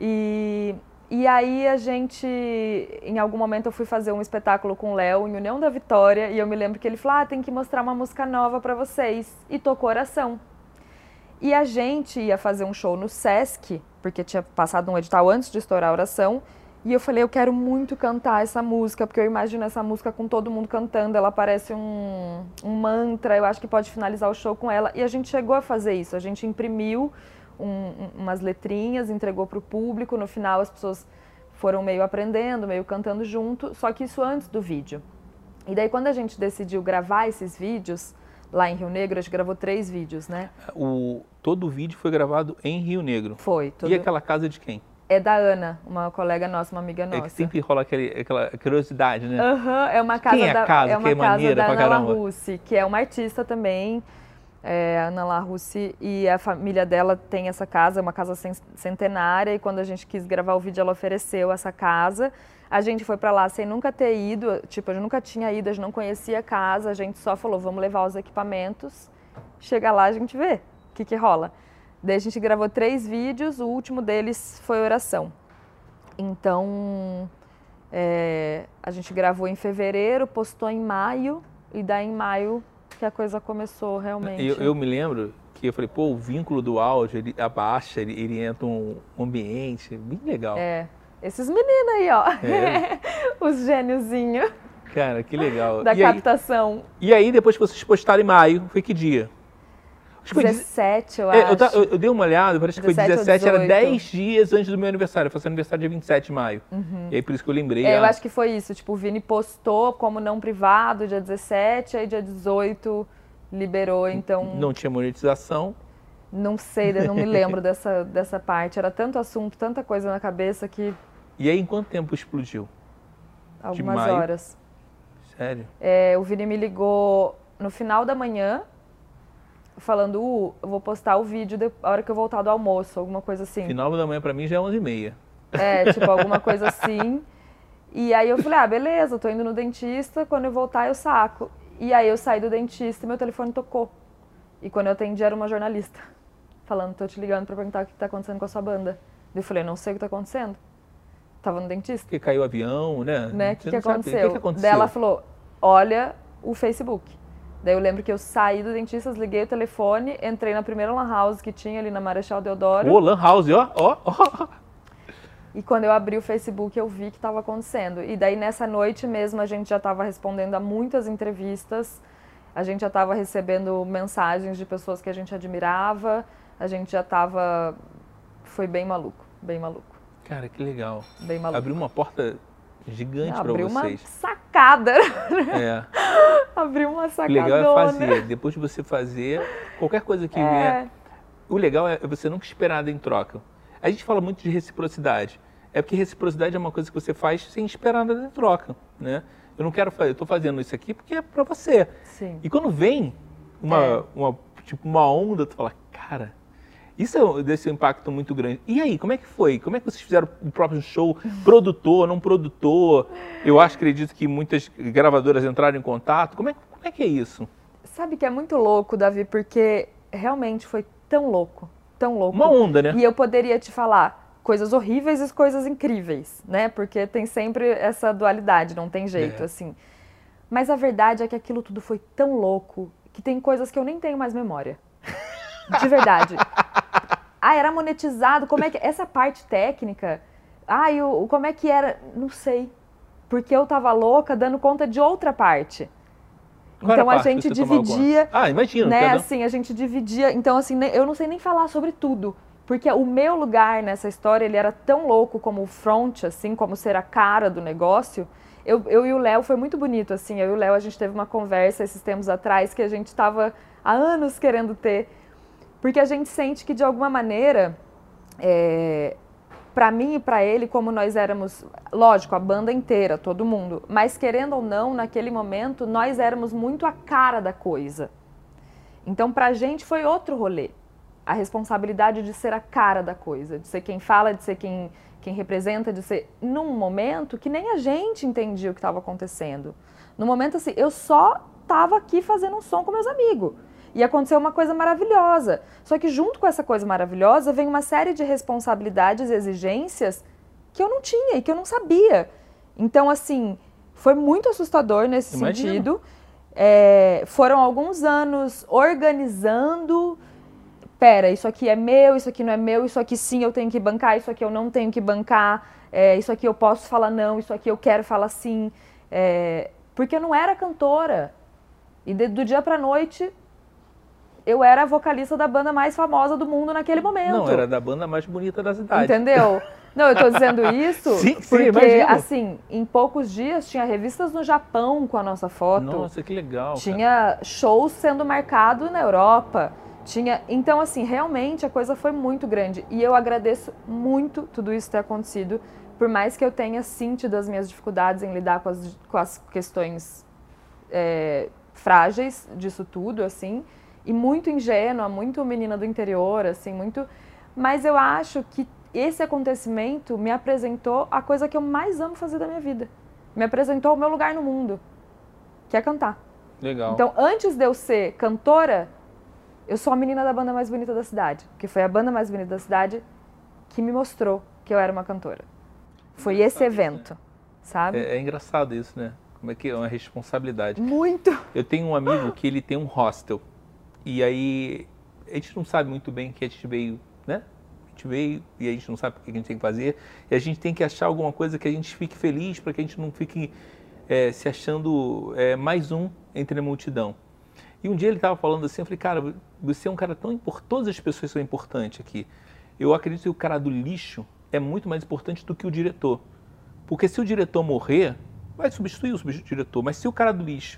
E, e aí a gente, em algum momento eu fui fazer um espetáculo com o Léo em União da Vitória e eu me lembro que ele falou, ah, tem que mostrar uma música nova para vocês. E tocou Oração. E a gente ia fazer um show no Sesc, porque tinha passado um edital antes de estourar a Oração, e eu falei, eu quero muito cantar essa música, porque eu imagino essa música com todo mundo cantando, ela parece um, um mantra, eu acho que pode finalizar o show com ela. E a gente chegou a fazer isso, a gente imprimiu um, um, umas letrinhas, entregou para o público, no final as pessoas foram meio aprendendo, meio cantando junto, só que isso antes do vídeo. E daí quando a gente decidiu gravar esses vídeos, lá em Rio Negro, a gente gravou três vídeos, né? O, todo o vídeo foi gravado em Rio Negro. Foi. Todo... E aquela casa de quem? É da Ana, uma colega nossa, uma amiga nossa. É que sempre rola aquele, aquela curiosidade, né? Aham, uhum, é uma casa quem é a casa? da, é uma que é casa maneira da pra Ana caramba. Larussi, que é uma artista também, é, a Ana Larussi, e a família dela tem essa casa, é uma casa centenária, e quando a gente quis gravar o vídeo, ela ofereceu essa casa. A gente foi pra lá sem nunca ter ido, tipo, a gente nunca tinha ido, a gente não conhecia a casa, a gente só falou, vamos levar os equipamentos, chega lá a gente vê o que que rola. Daí a gente gravou três vídeos, o último deles foi Oração. Então, é, a gente gravou em fevereiro, postou em maio, e daí em maio que a coisa começou realmente. Eu, eu me lembro que eu falei, pô, o vínculo do áudio, ele abaixa, ele, ele entra um ambiente bem legal. É. Esses meninos aí, ó. É. Os gêniozinhos. Cara, que legal. Da e captação. Aí, e aí, depois que vocês postaram em maio, foi que dia? Acho que dezessete, eu é, acho. Eu, tá, eu, eu dei uma olhada, parece que foi dezessete, era dez dias antes do meu aniversário. Eu faço aniversário dia vinte e sete de maio. Uhum. E aí, por isso que eu lembrei. É, a... eu acho que foi isso. Tipo, o Vini postou como não privado dia dezessete, aí dia dezoito liberou, então... Não tinha monetização. Não sei, eu não me lembro dessa, dessa parte. Era tanto assunto, tanta coisa na cabeça que... E aí, em quanto tempo explodiu? Algumas horas. Sério? É, o Vini me ligou no final da manhã, falando, uh, eu vou postar o vídeo de, a hora que eu voltar do almoço, alguma coisa assim. Final da manhã pra mim já é onze e meia. É, tipo, alguma coisa assim. E aí eu falei, ah, beleza, eu tô indo no dentista, quando eu voltar eu saco. E aí eu saí do dentista e meu telefone tocou. E quando eu atendi era uma jornalista, falando, tô te ligando pra perguntar o que tá acontecendo com a sua banda. Eu falei, não sei o que tá acontecendo. Tava no dentista. Porque caiu o avião, né? Né? O que, que, aconteceu? que, que aconteceu? Daí ela falou, olha o Facebook. Daí eu lembro que eu saí do dentista, liguei o telefone, entrei na primeira lan house que tinha ali na Marechal Deodoro. Ô, lan house, ó, ó, ó. E quando eu abri o Facebook, eu vi que estava acontecendo. E daí nessa noite mesmo a gente já estava respondendo a muitas entrevistas, a gente já estava recebendo mensagens de pessoas que a gente admirava, a gente já estava... Foi bem maluco, bem maluco. Cara, que legal. Bem maluco. Abriu uma porta gigante para vocês. Abriu uma sacada. É. Abriu uma sacada. O legal é fazer. Depois de você fazer, qualquer coisa que é. vier. O legal é você nunca esperar nada em troca. A gente fala muito de reciprocidade. É porque reciprocidade é uma coisa que você faz sem esperar nada em troca, né? Eu não quero fazer, eu estou fazendo isso aqui porque é para você. Sim. E quando vem uma, é. uma, tipo, uma onda, tu fala, cara, isso é desse impacto muito grande. E aí, como é que foi? Como é que vocês fizeram o próprio show? Produtor, não produtor? Eu acho, acredito que muitas gravadoras entraram em contato. Como é, como é que é isso? Sabe que é muito louco, Davi, porque realmente foi tão louco, tão louco. Uma onda, né? E eu poderia te falar coisas horríveis e coisas incríveis, né? Porque tem sempre essa dualidade, não tem jeito, é. assim. Mas a verdade é que aquilo tudo foi tão louco que tem coisas que eu nem tenho mais memória. De verdade. Ah, era monetizado, como é que... Essa parte técnica, ah, e o, como é que era... Não sei. Porque eu tava louca dando conta de outra parte. Qual então a, a parte gente que você tomava dividia... conta? Ah, imagino. Né, Cada... assim, a gente dividia... Então, assim, eu não sei nem falar sobre tudo. Porque o meu lugar nessa história, ele era tão louco como o front, assim, como ser a cara do negócio. Eu, eu e o Léo, foi muito bonito, assim, eu e o Léo, a gente teve uma conversa esses tempos atrás que a gente estava há anos querendo ter, porque a gente sente que, de alguma maneira, é, para mim e para ele, como nós éramos, lógico, a banda inteira, todo mundo, mas querendo ou não, naquele momento, nós éramos muito a cara da coisa. Então, pra gente foi outro rolê, a responsabilidade de ser a cara da coisa, de ser quem fala, de ser quem... quem representa, de ser num momento que nem a gente entendia o que estava acontecendo. No momento assim, eu só estava aqui fazendo um som com meus amigos. E aconteceu uma coisa maravilhosa. Só que junto com essa coisa maravilhosa vem uma série de responsabilidades e exigências que eu não tinha e que eu não sabia. Então, assim, foi muito assustador nesse Imagino. sentido. É, foram alguns anos organizando... Pera, isso aqui é meu, isso aqui não é meu, isso aqui sim eu tenho que bancar, isso aqui eu não tenho que bancar, é, isso aqui eu posso falar não, isso aqui eu quero falar sim. É, porque eu não era cantora. E de, do dia pra noite, eu era a vocalista da banda mais famosa do mundo naquele momento. Não, era da banda mais bonita da cidade. Entendeu? Não, eu tô dizendo isso sim, porque, sim, imagino. assim, em poucos dias tinha revistas no Japão com a nossa foto. Nossa, que legal, Tinha cara. shows sendo marcados na Europa. Tinha, então, assim, realmente a coisa foi muito grande. E eu agradeço muito tudo isso ter acontecido, por mais que eu tenha sentido as minhas dificuldades em lidar com as, com as questões é, frágeis disso tudo, assim, e muito ingênua, muito menina do interior, assim, muito... Mas eu acho que esse acontecimento me apresentou a coisa que eu mais amo fazer da minha vida. Me apresentou o meu lugar no mundo, que é cantar. Legal. Então, antes de eu ser cantora, eu sou a menina da banda mais bonita da cidade, que foi a banda mais bonita da cidade que me mostrou que eu era uma cantora. Foi esse evento, sabe? É, é engraçado isso, né? Como é que é uma responsabilidade. Muito! Eu tenho um amigo que ele tem um hostel. E aí, a gente não sabe muito bem que a gente veio, né? A gente veio e a gente não sabe o que a gente tem que fazer. E a gente tem que achar alguma coisa que a gente fique feliz, para que a gente não fique é, se achando é, mais um entre a multidão. E um dia ele estava falando assim, eu falei, cara, você é um cara tão importante, todas as pessoas são importantes aqui. Eu acredito que o cara do lixo é muito mais importante do que o diretor. Porque se o diretor morrer, vai substituir o diretor. Mas se o cara do lixo,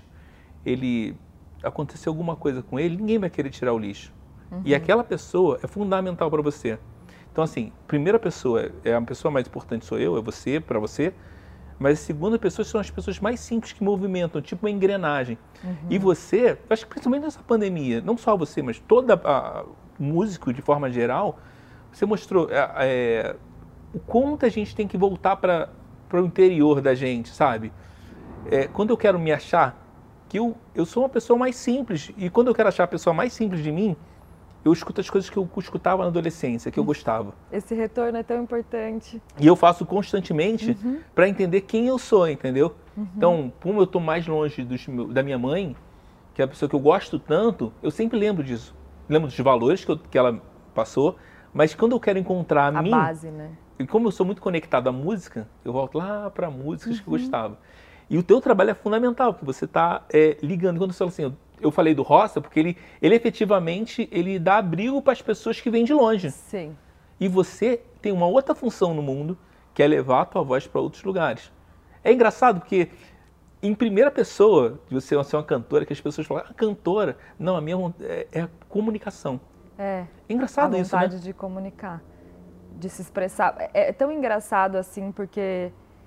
ele acontecer alguma coisa com ele, ninguém vai querer tirar o lixo. Uhum. E aquela pessoa é fundamental para você. Então, assim, primeira pessoa, é a pessoa mais importante sou eu, é você, para você. Mas a segunda pessoa são as pessoas mais simples que movimentam, tipo uma engrenagem. Uhum. E você, eu acho que principalmente nessa pandemia, não só você, mas todo músico de forma geral, você mostrou é, é, o quanto a gente tem que voltar para o interior da gente, sabe? É, quando eu quero me achar, que eu, eu sou uma pessoa mais simples, e quando eu quero achar a pessoa mais simples de mim, eu escuto as coisas que eu escutava na adolescência, que eu gostava. Esse retorno é tão importante. E eu faço constantemente uhum. para entender quem eu sou, entendeu? Uhum. Então, como eu estou mais longe dos, da minha mãe, que é a pessoa que eu gosto tanto, eu sempre lembro disso. Lembro dos valores que, eu, que ela passou, mas quando eu quero encontrar a, a mim... base, né? E como eu sou muito conectado à música, eu volto lá para músicas uhum. que eu gostava. E o teu trabalho é fundamental, porque você está é, ligando. Quando você fala assim, eu, eu falei do Roça, porque ele, ele efetivamente ele dá abrigo para as pessoas que vêm de longe. Sim. E você tem uma outra função no mundo, que é levar a tua voz para outros lugares. É engraçado porque, em primeira pessoa, você é uma cantora, que as pessoas falam, ah, cantora. Não, a minha é, é a comunicação. É, é engraçado isso, né? A vontade de comunicar, de se expressar. É, é tão engraçado assim, porque...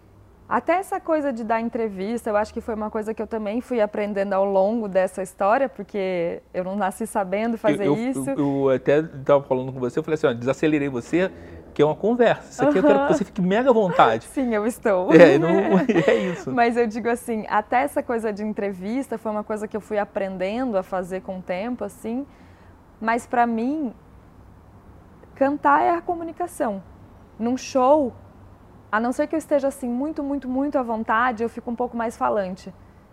Até essa coisa de dar entrevista, eu acho que foi uma coisa que eu também fui aprendendo ao longo dessa história, porque eu não nasci sabendo fazer eu, eu, isso. Eu, eu até estava falando com você, eu falei assim, ó, desacelerei você, que é uma conversa. Isso aqui uhum. eu quero que você fique mega à vontade. Sim, eu estou. É, não, é isso. Mas eu digo assim, até essa coisa de entrevista foi uma coisa que eu fui aprendendo a fazer com o tempo, assim. Mas para mim, cantar é a comunicação. Num show... A não ser que eu esteja assim muito, muito, muito à vontade, eu fico um pouco mais falante.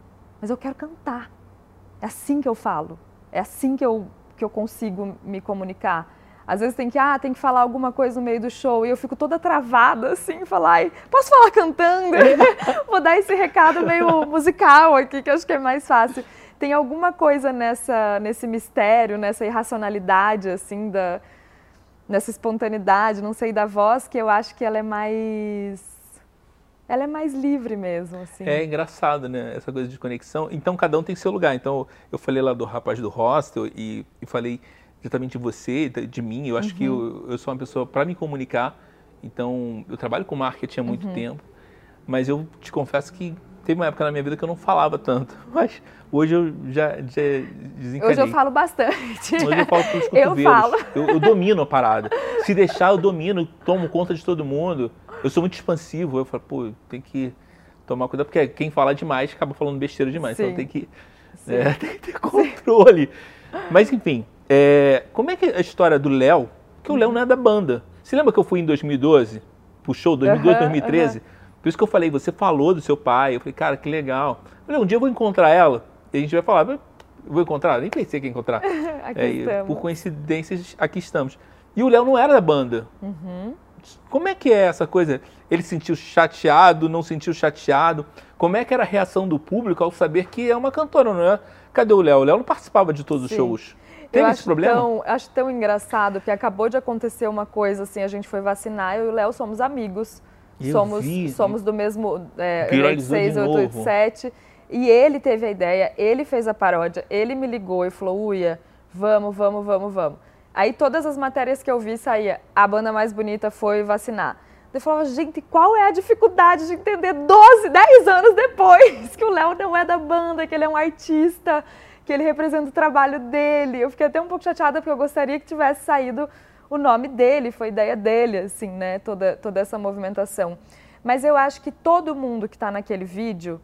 mas eu quero cantar. É assim que eu falo, é assim que eu, que eu consigo me comunicar. Às vezes tem que, ah, tem que falar alguma coisa no meio do show e eu fico toda travada, assim, falar, ai, posso falar cantando? Vou dar esse recado meio musical aqui, que eu acho que é mais fácil. Tem alguma coisa nessa, nesse mistério, nessa irracionalidade, assim, da, nessa espontaneidade, não sei, da voz, que eu acho que ela é mais... Ela é mais livre mesmo, assim. É engraçado, né? Essa coisa de conexão. Então, cada um tem seu lugar. Então, eu falei lá do rapaz do hostel e, e falei... exatamente de você, de mim. Eu acho uhum. que eu, eu sou uma pessoa para me comunicar. Então, eu trabalho com marketing há muito uhum. tempo, mas eu te confesso que teve uma época na minha vida que eu não falava tanto. Mas hoje eu já, já desencanei. Hoje eu falo bastante. Hoje eu falo pelos cotovelos. Eu falo. Eu, eu domino a parada. Se deixar, eu domino, tomo conta de todo mundo. Eu sou muito expansivo. Eu falo, pô, tem que tomar cuidado, porque quem fala demais acaba falando besteira demais. Sim. Então tem que, é, tem que ter controle. Sim. Mas, enfim... É, como é que é a história do Léo? Porque o Léo não é da banda. Você lembra que eu fui em dois mil e doze? Pro show, dois mil e doze, uhum, dois mil e treze? Uhum. Por isso que eu falei, você falou do seu pai. Eu falei, cara, que legal. Eu falei, um dia eu vou encontrar ela e a gente vai falar. Eu vou encontrar? Nem pensei que ia encontrar. Aqui é, estamos. Por coincidências, aqui estamos. E o Léo não era da banda. Uhum. Como é que é essa coisa? Ele se sentiu chateado, não sentiu chateado? Como é que era a reação do público ao saber que é uma cantora, não é? Cadê o Léo? O Léo não participava de todos Sim. os shows. Teve eu esse problema? Tão, acho tão engraçado que acabou de acontecer uma coisa assim, a gente foi vacinar, eu e o Léo somos amigos. Eu somos, vi. somos do mesmo é, seis, oito oito sete. E ele teve a ideia, ele fez a paródia, ele me ligou e falou, Uia, vamos, vamos, vamos, vamos. Aí todas as matérias que eu vi saía, a banda mais bonita foi vacinar. Eu falava, gente, qual é a dificuldade de entender doze, dez anos depois que o Léo não é da banda, que ele é um artista, que ele representa o trabalho dele. Eu fiquei até um pouco chateada porque eu gostaria que tivesse saído o nome dele, foi ideia dele, assim, né, toda, toda essa movimentação. Mas eu acho que todo mundo que está naquele vídeo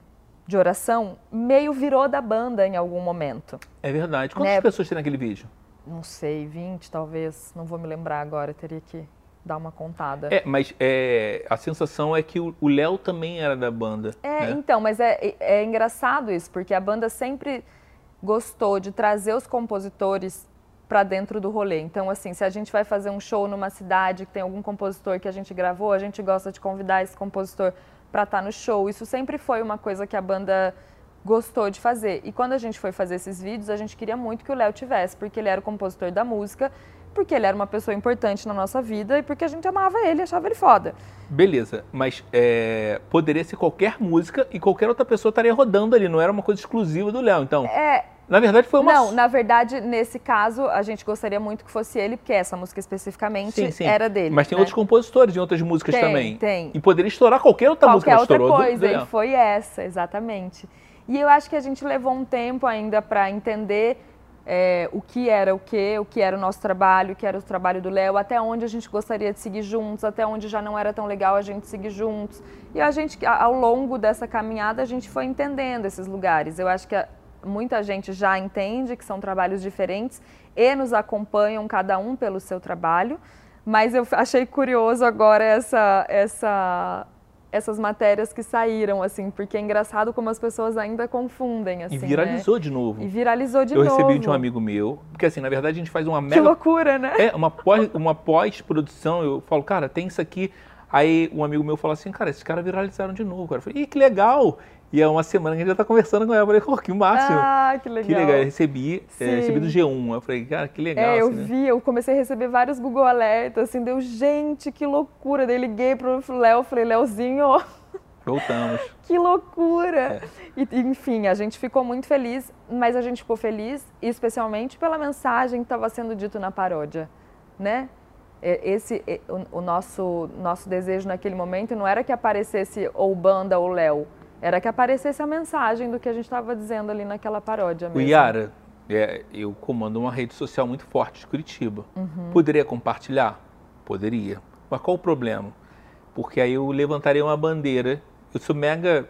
de oração meio virou da banda em algum momento. É verdade. Quantas né? pessoas tem naquele vídeo? Não sei, vinte talvez, não vou me lembrar agora, teria que dar uma contada. É, mas é, a sensação é que o Léo também era da banda. É, né? então, mas é, é engraçado isso, porque a banda sempre gostou de trazer os compositores para dentro do rolê. Então, assim, se a gente vai fazer um show numa cidade que tem algum compositor que a gente gravou, a gente gosta de convidar esse compositor para estar no show. Isso sempre foi uma coisa que a banda gostou de fazer. E quando a gente foi fazer esses vídeos, a gente queria muito que o Léo tivesse, porque ele era o compositor da música, porque ele era uma pessoa importante na nossa vida e porque a gente amava ele e achava ele foda. Beleza, mas é, poderia ser qualquer música e qualquer outra pessoa estaria rodando ali, não era uma coisa exclusiva do Léo, então... É... Na verdade foi uma... Não, na verdade, nesse caso, a gente gostaria muito que fosse ele, porque essa música especificamente sim, sim. era dele. Mas tem né? outros compositores em outras músicas tem, também. Tem, E poderia estourar qualquer outra qualquer música. Qualquer outra coisa, do, do e foi essa, exatamente. E eu acho que a gente levou um tempo ainda para entender é, o que era o quê, o que era o nosso trabalho, o que era o trabalho do Léo, até onde a gente gostaria de seguir juntos, até onde já não era tão legal a gente seguir juntos. E a gente, ao longo dessa caminhada, a gente foi entendendo esses lugares. Eu acho que a, muita gente já entende que são trabalhos diferentes e nos acompanham cada um pelo seu trabalho, mas eu achei curioso agora essa, essa, essas matérias que saíram, assim, porque é engraçado como as pessoas ainda confundem, assim, E viralizou né? de novo. E viralizou de eu novo. Eu recebi de um amigo meu, porque assim, na verdade a gente faz uma mega... Que loucura, né? É, uma pós, uma pós-produção, eu falo, cara, tem isso aqui. Aí um amigo meu falou assim, cara, esses caras viralizaram de novo, cara. Eu falei, ih, que legal! E é uma semana que a gente já tá conversando com ela. Eu falei, oh, que máximo. Ah, que legal. Que legal. Eu recebi, é, recebi do G um. Eu falei, cara, que legal. É, eu assim, vi, né? eu comecei a receber vários Google Alertas, assim, deu, gente, que loucura. Daí liguei pro Léo, falei, Léozinho, voltamos. Que loucura. É. E, enfim, a gente ficou muito feliz, mas a gente ficou feliz especialmente pela mensagem que estava sendo dito na paródia, né? Esse, o, o nosso, nosso desejo naquele momento não era que aparecesse ou banda ou Léo, era que aparecesse a mensagem do que a gente estava dizendo ali naquela paródia mesmo. O Yara, é, eu comando uma rede social muito forte de Curitiba. Uhum. Poderia compartilhar? Poderia. Mas qual o problema? Porque aí eu levantaria uma bandeira. Eu sou mega...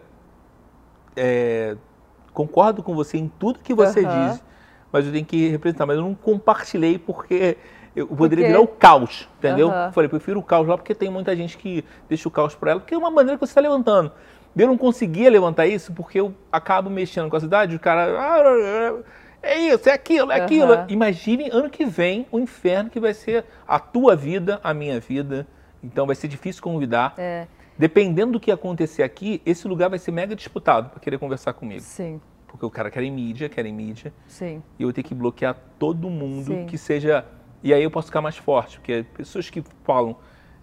É, concordo com você em tudo que você uhum. diz, mas eu tenho que representar. Mas eu não compartilhei porque... Eu poderia virar o caos, entendeu? Uhum. Falei, prefiro o caos lá porque tem muita gente que deixa o caos para ela, porque é uma bandeira que você está levantando. Eu não conseguia levantar isso porque eu acabo mexendo com a cidade, o cara... Ah, é isso, é aquilo, é aquilo. Uhum. Imagine ano que vem o inferno que vai ser a tua vida, a minha vida. Então vai ser difícil convidar. É. Dependendo do que acontecer aqui, esse lugar vai ser mega disputado para querer conversar comigo. Sim. Porque o cara quer mídia, quer mídia. Sim. E eu vou ter que bloquear todo mundo Sim. que seja... E aí eu posso ficar mais forte, porque pessoas que falam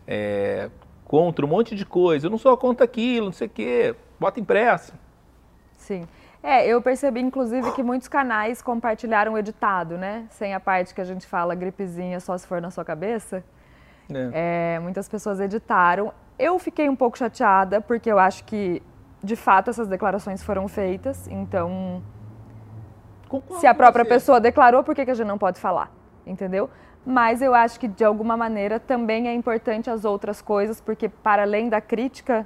é, contra um monte de coisa, eu não sou contra aquilo, não sei o quê, bota impressa. Sim. É, eu percebi, inclusive, que muitos canais compartilharam o editado, né? Sem a parte que a gente fala gripezinha só se for na sua cabeça. É. É, muitas pessoas editaram. Eu fiquei um pouco chateada, porque eu acho que, de fato, essas declarações foram feitas. Então, Concordo se a própria pessoa declarou, por que que a gente não pode falar? Entendeu? Mas eu acho que, de alguma maneira, também é importante as outras coisas, porque, para além da crítica,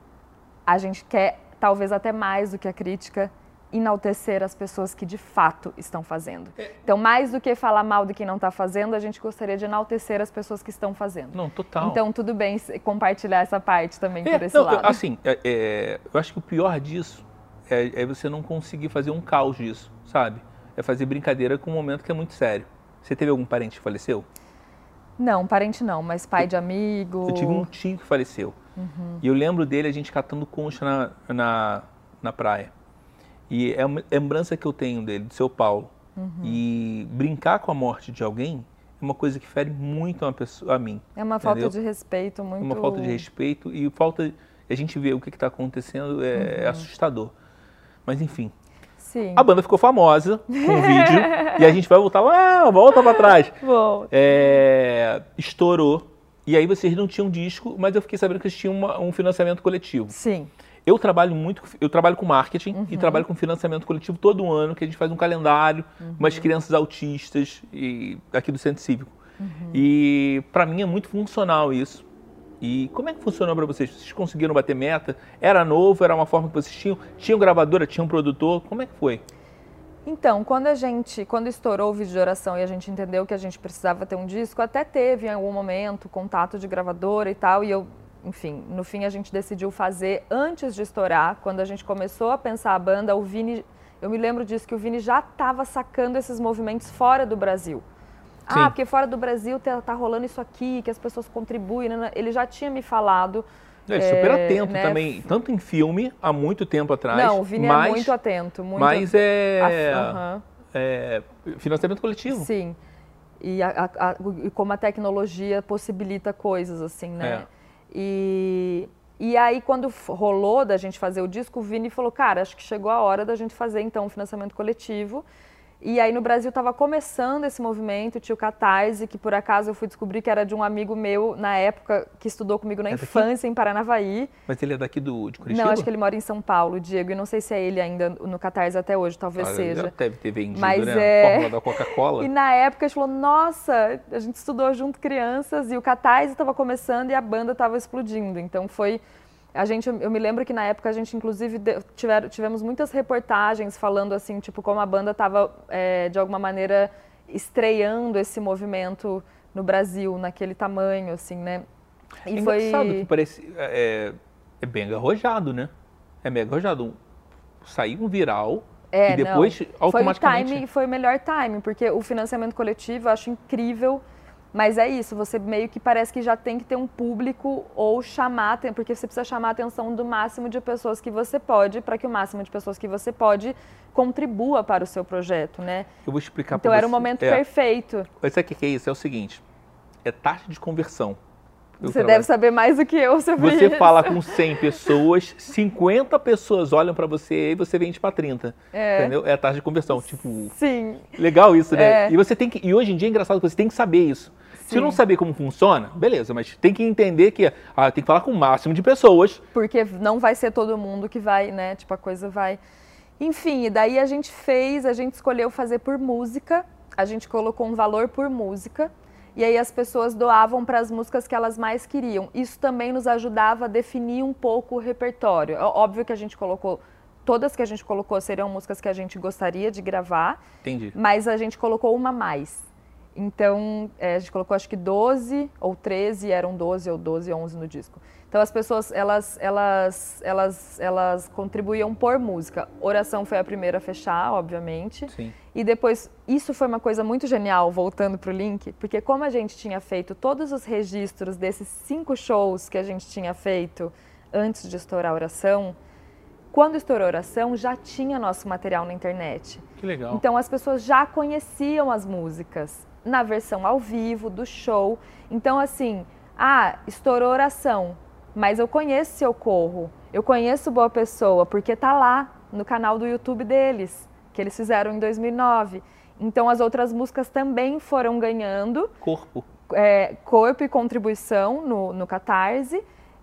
a gente quer, talvez até mais do que a crítica, enaltecer as pessoas que de fato estão fazendo. Então, mais do que falar mal de quem não está fazendo, a gente gostaria de enaltecer as pessoas que estão fazendo. Não, total. Então, tudo bem compartilhar essa parte também é, por esse não, lado. Assim, é, é, eu acho que o pior disso é, é você não conseguir fazer um caos disso, sabe? É fazer brincadeira com um momento que é muito sério. Você teve algum parente que faleceu? Não, parente não, mas pai eu, de amigo... Eu tive um tio que faleceu. Uhum. E eu lembro dele, a gente catando concha na, na, na praia. E é uma lembrança que eu tenho dele, de seu Paulo. Uhum. E brincar com a morte de alguém é uma coisa que fere muito uma pessoa, a mim. É uma entendeu? falta de respeito muito... É uma falta de respeito e falta... A gente vê o que está acontecendo, é, uhum. é assustador. Mas enfim. Sim. A banda ficou famosa com o vídeo. E a gente vai voltar lá, volta para trás. Bom. É, estourou. E aí vocês não tinham disco, mas eu fiquei sabendo que eles tinham uma, um financiamento coletivo. Sim. Eu trabalho muito, eu trabalho com marketing uhum. e trabalho com financiamento coletivo todo ano, que a gente faz um calendário, uhum. umas crianças autistas e, aqui do Centro Cívico. Uhum. E para mim é muito funcional isso. E como é que funcionou para vocês? Vocês conseguiram bater meta? Era novo? Era uma forma que vocês tinham? Tinham gravadora? Tinham produtor? Como é que foi? Então, quando a gente, quando estourou o vídeo de oração e a gente entendeu que a gente precisava ter um disco, até teve em algum momento contato de gravadora e tal, e eu... Enfim, no fim a gente decidiu fazer antes de estourar. Quando a gente começou a pensar a banda, o Vini, eu me lembro disso, que o Vini já estava sacando esses movimentos fora do Brasil. Sim. Ah, porque fora do Brasil tá, tá rolando isso aqui, que as pessoas contribuem. Né? Ele já tinha me falado. Ele é super atento né? também, tanto em filme, há muito tempo atrás. Não, o Vini mas, é muito atento. Muito mas é, a, uh-huh. é financiamento coletivo. Sim, e, a, a, a, e como a tecnologia possibilita coisas assim, né? É. E, e aí, quando rolou da gente fazer o disco, o Vini falou, cara, acho que chegou a hora da gente fazer, então, um financiamento coletivo. E aí, no Brasil, estava começando esse movimento, tinha o Catarse, que por acaso eu fui descobrir que era de um amigo meu, na época, que estudou comigo na é infância, em Paranavaí. Mas ele é daqui do, de Curitiba? Não, acho que ele mora em São Paulo, Diego, e não sei se é ele ainda no Catarse até hoje, talvez ah, seja. Já deve ter vendido, mas, né? É... A fórmula da Coca-Cola. E na época a gente falou, nossa, a gente estudou junto crianças, e o Catarse estava começando e a banda estava explodindo, então foi... A gente, eu me lembro que na época a gente, inclusive, tiver, tivemos muitas reportagens falando assim, tipo, como a banda estava, é, de alguma maneira, estreando esse movimento no Brasil, naquele tamanho, assim, né? E é foi... engraçado que parece... É, é bem arrojado, né? É mega arrojado. Saiu um viral é, e depois, não. automaticamente... Foi o timing, foi o melhor timing, porque o financiamento coletivo eu acho incrível. Mas é isso, você meio que parece que já tem que ter um público ou chamar, porque você precisa chamar a atenção do máximo de pessoas que você pode, para que o máximo de pessoas que você pode contribua para o seu projeto, né? Eu vou explicar para você. Então era o momento é. perfeito. Mas sabe o que é isso? É o seguinte, é taxa de conversão. Você trabalho. deve saber mais do que eu sobre Você isso. fala com cem pessoas, cinquenta pessoas olham para você e você vende para trinta. É. Entendeu? É a taxa de conversão. Tipo, sim. Legal isso, né? É. E você tem que. E hoje em dia é engraçado que você tem que saber isso. Sim. Se não saber como funciona, beleza, mas tem que entender que ah, tem que falar com o máximo de pessoas. Porque não vai ser todo mundo que vai, né? Tipo, a coisa vai... Enfim, e daí a gente fez, a gente escolheu fazer por música, a gente colocou um valor por música, e aí as pessoas doavam para as músicas que elas mais queriam. Isso também nos ajudava a definir um pouco o repertório. Óbvio que a gente colocou... Todas que a gente colocou seriam músicas que a gente gostaria de gravar. Entendi. Mas a gente colocou uma a mais. Então, é, a gente colocou acho que doze ou treze, eram doze ou doze, onze no disco. Então as pessoas, elas, elas, elas, elas contribuíam por música. Oração foi a primeira a fechar, obviamente. Sim. E depois, isso foi uma coisa muito genial, voltando para o link, porque como a gente tinha feito todos os registros desses cinco shows que a gente tinha feito antes de estourar a Oração, quando estourou a Oração, já tinha nosso material na internet. Que legal. Então as pessoas já conheciam as músicas na versão ao vivo, do show. Então assim, ah, estourou a Oração, mas eu conheço Seu Corro, eu conheço Boa Pessoa, porque tá lá no canal do YouTube deles, que eles fizeram em dois mil e nove. Então as outras músicas também foram ganhando corpo, é, corpo e contribuição no, no Catarse,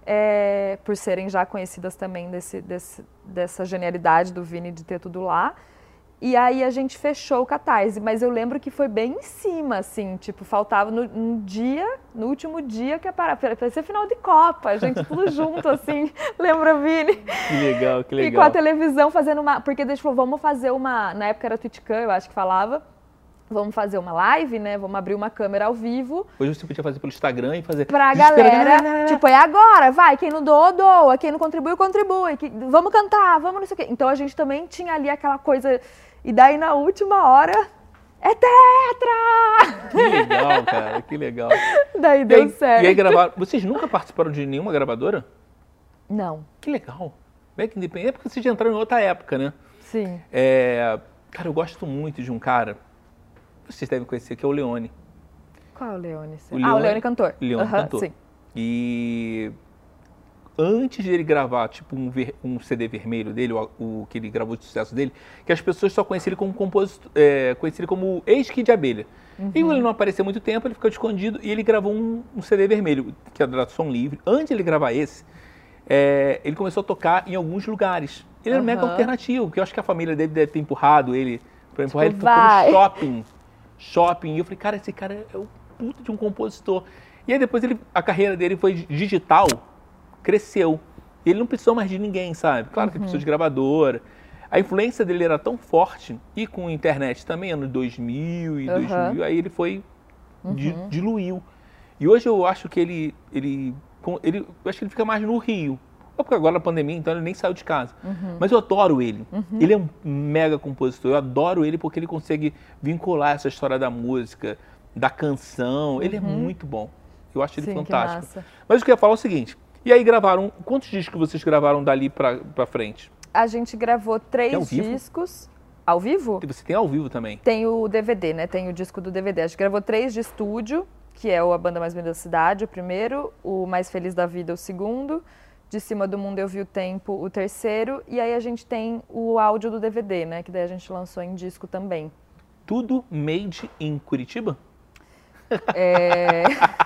é, por serem já conhecidas também desse, desse, dessa genialidade do Vini de ter tudo lá. E aí a gente fechou o Catarse, mas eu lembro que foi bem em cima, assim, tipo, faltava no, no dia, no último dia que ia parar, parecia final de Copa, a gente tudo junto, assim, lembra, Vini? Que legal, que legal. E com a televisão fazendo uma, porque a gente falou, vamos fazer uma, na época era TwitchCam, eu acho que falava, vamos fazer uma live, né, vamos abrir uma câmera ao vivo. Hoje você podia fazer pelo Instagram e fazer... Pra galera, tipo, é agora, vai, quem não doa, doa, quem não contribui, contribui, que, vamos cantar, vamos não sei o quê. Então a gente também tinha ali aquela coisa... E daí, na última hora, é tetra! Que legal, cara, que legal. Daí deu e aí, certo. E aí gravaram... Vocês nunca participaram de nenhuma gravadora? Não. Que legal. Back Independent, é porque vocês já entraram em outra época, né? Sim. É... Cara, eu gosto muito de um cara, vocês devem conhecer, que é o Leone. Qual é o Leone? O ah, Leone, o Leone cantor. Leone uhum, cantor. Sim. E... antes de ele gravar, tipo, um, ver, um C D vermelho dele, o, o que ele gravou de sucesso dele, que as pessoas só conheciam ele como compositor, é, conheciam ele como ex-Kid de Abelha. Uhum. E ele não apareceu muito tempo, ele ficou escondido e ele gravou um, um C D vermelho, que é da Som Livre. Antes de ele gravar esse, é, ele começou a tocar em alguns lugares. Ele era uhum. mega alternativo, porque eu acho que a família dele deve ter empurrado ele, pra empurrar tipo, ele vai. no shopping. Shopping. E eu falei, cara, esse cara é o puto de um compositor. E aí depois ele, a carreira dele foi digital, cresceu. E ele não precisou mais de ninguém, sabe? Claro que ele precisou de gravadora. A influência dele era tão forte, e com a internet também, anos dois mil e uhum. dois mil, aí ele foi, uhum. di, diluiu. E hoje eu acho que ele, ele, ele, eu acho que ele fica mais no Rio. Porque agora na pandemia, então ele nem saiu de casa. Uhum. Mas eu adoro ele. Uhum. Ele é um mega compositor. Eu adoro ele porque ele consegue vincular essa história da música, da canção. Uhum. Ele é muito bom. Eu acho ele Sim, fantástico. Mas o que eu ia falar é o seguinte. E aí gravaram, quantos discos vocês gravaram dali pra, pra frente? A gente gravou três ao discos. Ao vivo? Você tem ao vivo também? Tem o D V D, né? Tem o disco do D V D. A gente gravou três de estúdio, que é o A Banda Mais Bonita da Cidade, o primeiro, o Mais Feliz da Vida, o segundo, De Cima do Mundo Eu Vi o Tempo, o terceiro, e aí a gente tem o áudio do D V D, né? Que daí a gente lançou em disco também. Tudo made in Curitiba? É...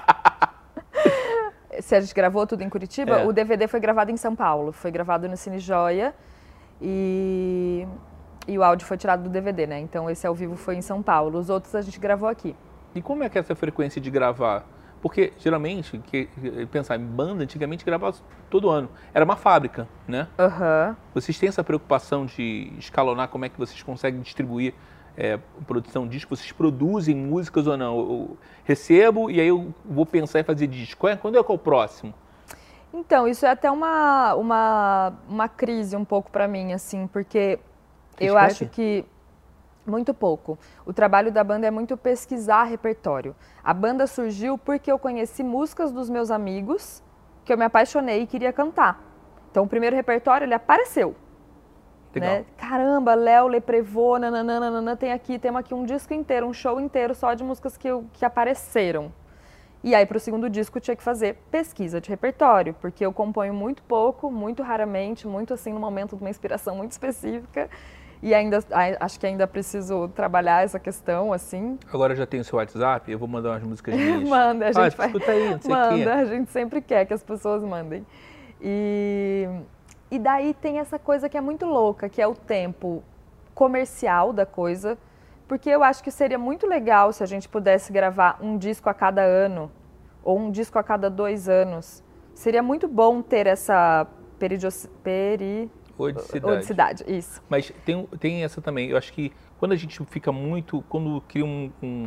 Se a gente gravou tudo em Curitiba, é. O D V D foi gravado em São Paulo, foi gravado no Cine Joia e... e o áudio foi tirado do D V D, né? Então esse ao vivo foi em São Paulo, os outros a gente gravou aqui. E como é que é essa frequência de gravar? Porque geralmente, que, pensar em banda, antigamente gravava todo ano. Era uma fábrica, né? Uhum. Vocês têm essa preocupação de escalonar como é que vocês conseguem distribuir É, produção de disco, vocês produzem músicas ou não? Eu recebo e aí eu vou pensar em fazer disco. Quando é que é o próximo? Então, isso é até uma, uma, uma crise um pouco para mim, assim, porque Você eu escreve? acho que muito pouco. O trabalho da banda é muito pesquisar repertório. A banda surgiu porque eu conheci músicas dos meus amigos que eu me apaixonei e queria cantar. Então, o primeiro repertório, ele apareceu. Né? Caramba, Léo, Leprevô, nananana, tem aqui, temos aqui um disco inteiro, um show inteiro só de músicas que, eu, que apareceram. E aí, para o segundo disco, eu tinha que fazer pesquisa de repertório, porque eu componho muito pouco, muito raramente, muito assim, no momento de uma inspiração muito específica. E ainda, acho que ainda preciso trabalhar essa questão, assim. Agora eu já tenho o seu WhatsApp, eu vou mandar umas músicas minhas. Manda, a gente ah, faz... escuta aí, não sei Manda, que. a gente sempre quer que as pessoas mandem. E... E daí tem essa coisa que é muito louca, que é o tempo comercial da coisa, porque eu acho que seria muito legal se a gente pudesse gravar um disco a cada ano, ou um disco a cada dois anos. Seria muito bom ter essa periodicidade. Peri... Odicidade. Odicidade, isso. Mas tem, tem essa também, eu acho que quando a gente fica muito, quando cria um, um,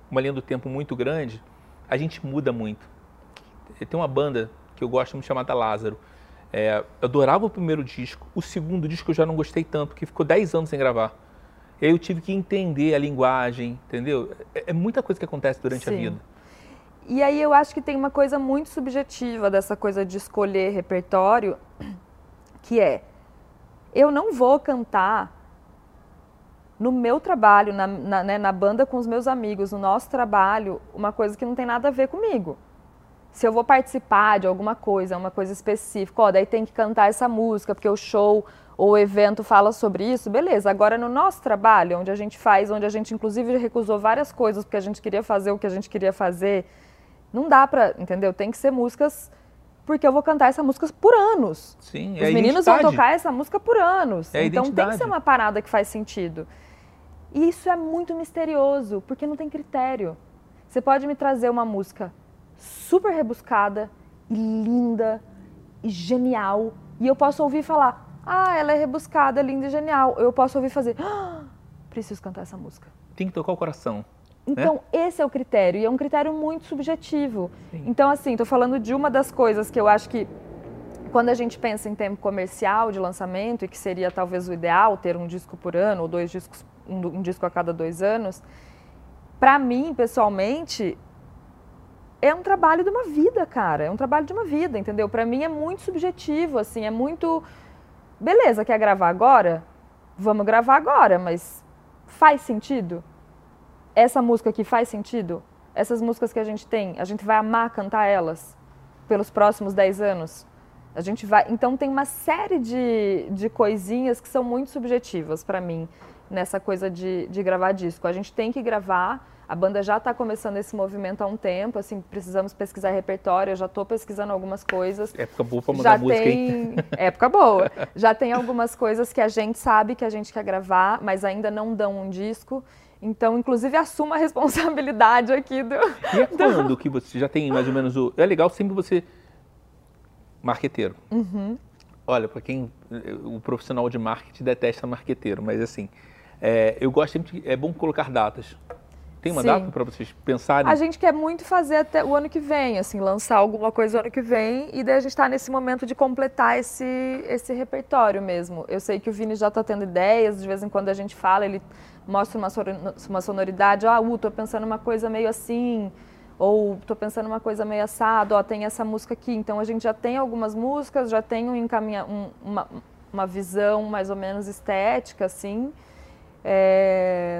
uma linha do tempo muito grande, a gente muda muito. Tem uma banda que eu gosto muito chamada Lázaro. É, eu adorava o primeiro disco, o segundo disco eu já não gostei tanto, porque ficou dez anos sem gravar. E aí eu tive que entender a linguagem, entendeu? É, é muita coisa que acontece durante Sim. a vida. E aí eu acho que tem uma coisa muito subjetiva dessa coisa de escolher repertório, que é, eu não vou cantar no meu trabalho, na, na, né, na banda com os meus amigos, no nosso trabalho, uma coisa que não tem nada a ver comigo. Se eu vou participar de alguma coisa, uma coisa específica, ó, daí tem que cantar essa música, porque o show ou o evento fala sobre isso, beleza. Agora, no nosso trabalho, onde a gente faz, onde a gente inclusive recusou várias coisas porque a gente queria fazer o que a gente queria fazer, não dá pra, entendeu? Tem que ser músicas, porque eu vou cantar essa música por anos. Sim, Os é meninos vão tocar essa música por anos. É então tem que ser uma parada que faz sentido. E isso é muito misterioso, porque não tem critério. Você pode me trazer uma música super rebuscada, e linda, e genial, e eu posso ouvir falar, ah, ela é rebuscada, linda e genial. Eu posso ouvir fazer, ah, preciso cantar essa música. Tem que tocar o coração. Então, né? Esse é o critério, e é um critério muito subjetivo. Sim. Então, assim, tô falando de uma das coisas que eu acho que, quando a gente pensa em tempo comercial de lançamento, e que seria talvez o ideal, ter um disco por ano, ou dois discos, um, um disco a cada dois anos, pra mim, pessoalmente, é um trabalho de uma vida, cara. É um trabalho de uma vida, entendeu? Pra mim é muito subjetivo, assim, é muito... Beleza, quer gravar agora? Vamos gravar agora, mas faz sentido? Essa música aqui faz sentido? Essas músicas que a gente tem, a gente vai amar cantar elas pelos próximos dez anos? A gente vai... Então tem uma série de, de coisinhas que são muito subjetivas pra mim, nessa coisa de, de gravar disco. A gente tem que gravar... A banda já está começando esse movimento há um tempo, assim, precisamos pesquisar repertório, eu já estou pesquisando algumas coisas. Época boa para mandar música, tem... hein? Época boa. Já tem algumas coisas que a gente sabe que a gente quer gravar, mas ainda não dão um disco. Então, inclusive, assumo a responsabilidade aqui do... E é quando do... que você já tem mais ou menos o... É legal sempre você... Marqueteiro. Uhum. Olha, para quem... O profissional de marketing detesta marqueteiro, mas assim... É, eu gosto sempre... De... É bom colocar datas. Tem uma Sim. data para vocês pensarem? A gente quer muito fazer até o ano que vem, assim, lançar alguma coisa o ano que vem, e daí a gente está nesse momento de completar esse, esse repertório mesmo. Eu sei que o Vini já está tendo ideias, de vez em quando a gente fala, ele mostra uma, uma sonoridade, ah, uh, tô pensando uma coisa meio assim, ou tô pensando uma coisa meio assado, ó, tem essa música aqui. Então a gente já tem algumas músicas, já tem um encaminha, um, uma, uma visão mais ou menos estética, assim. É...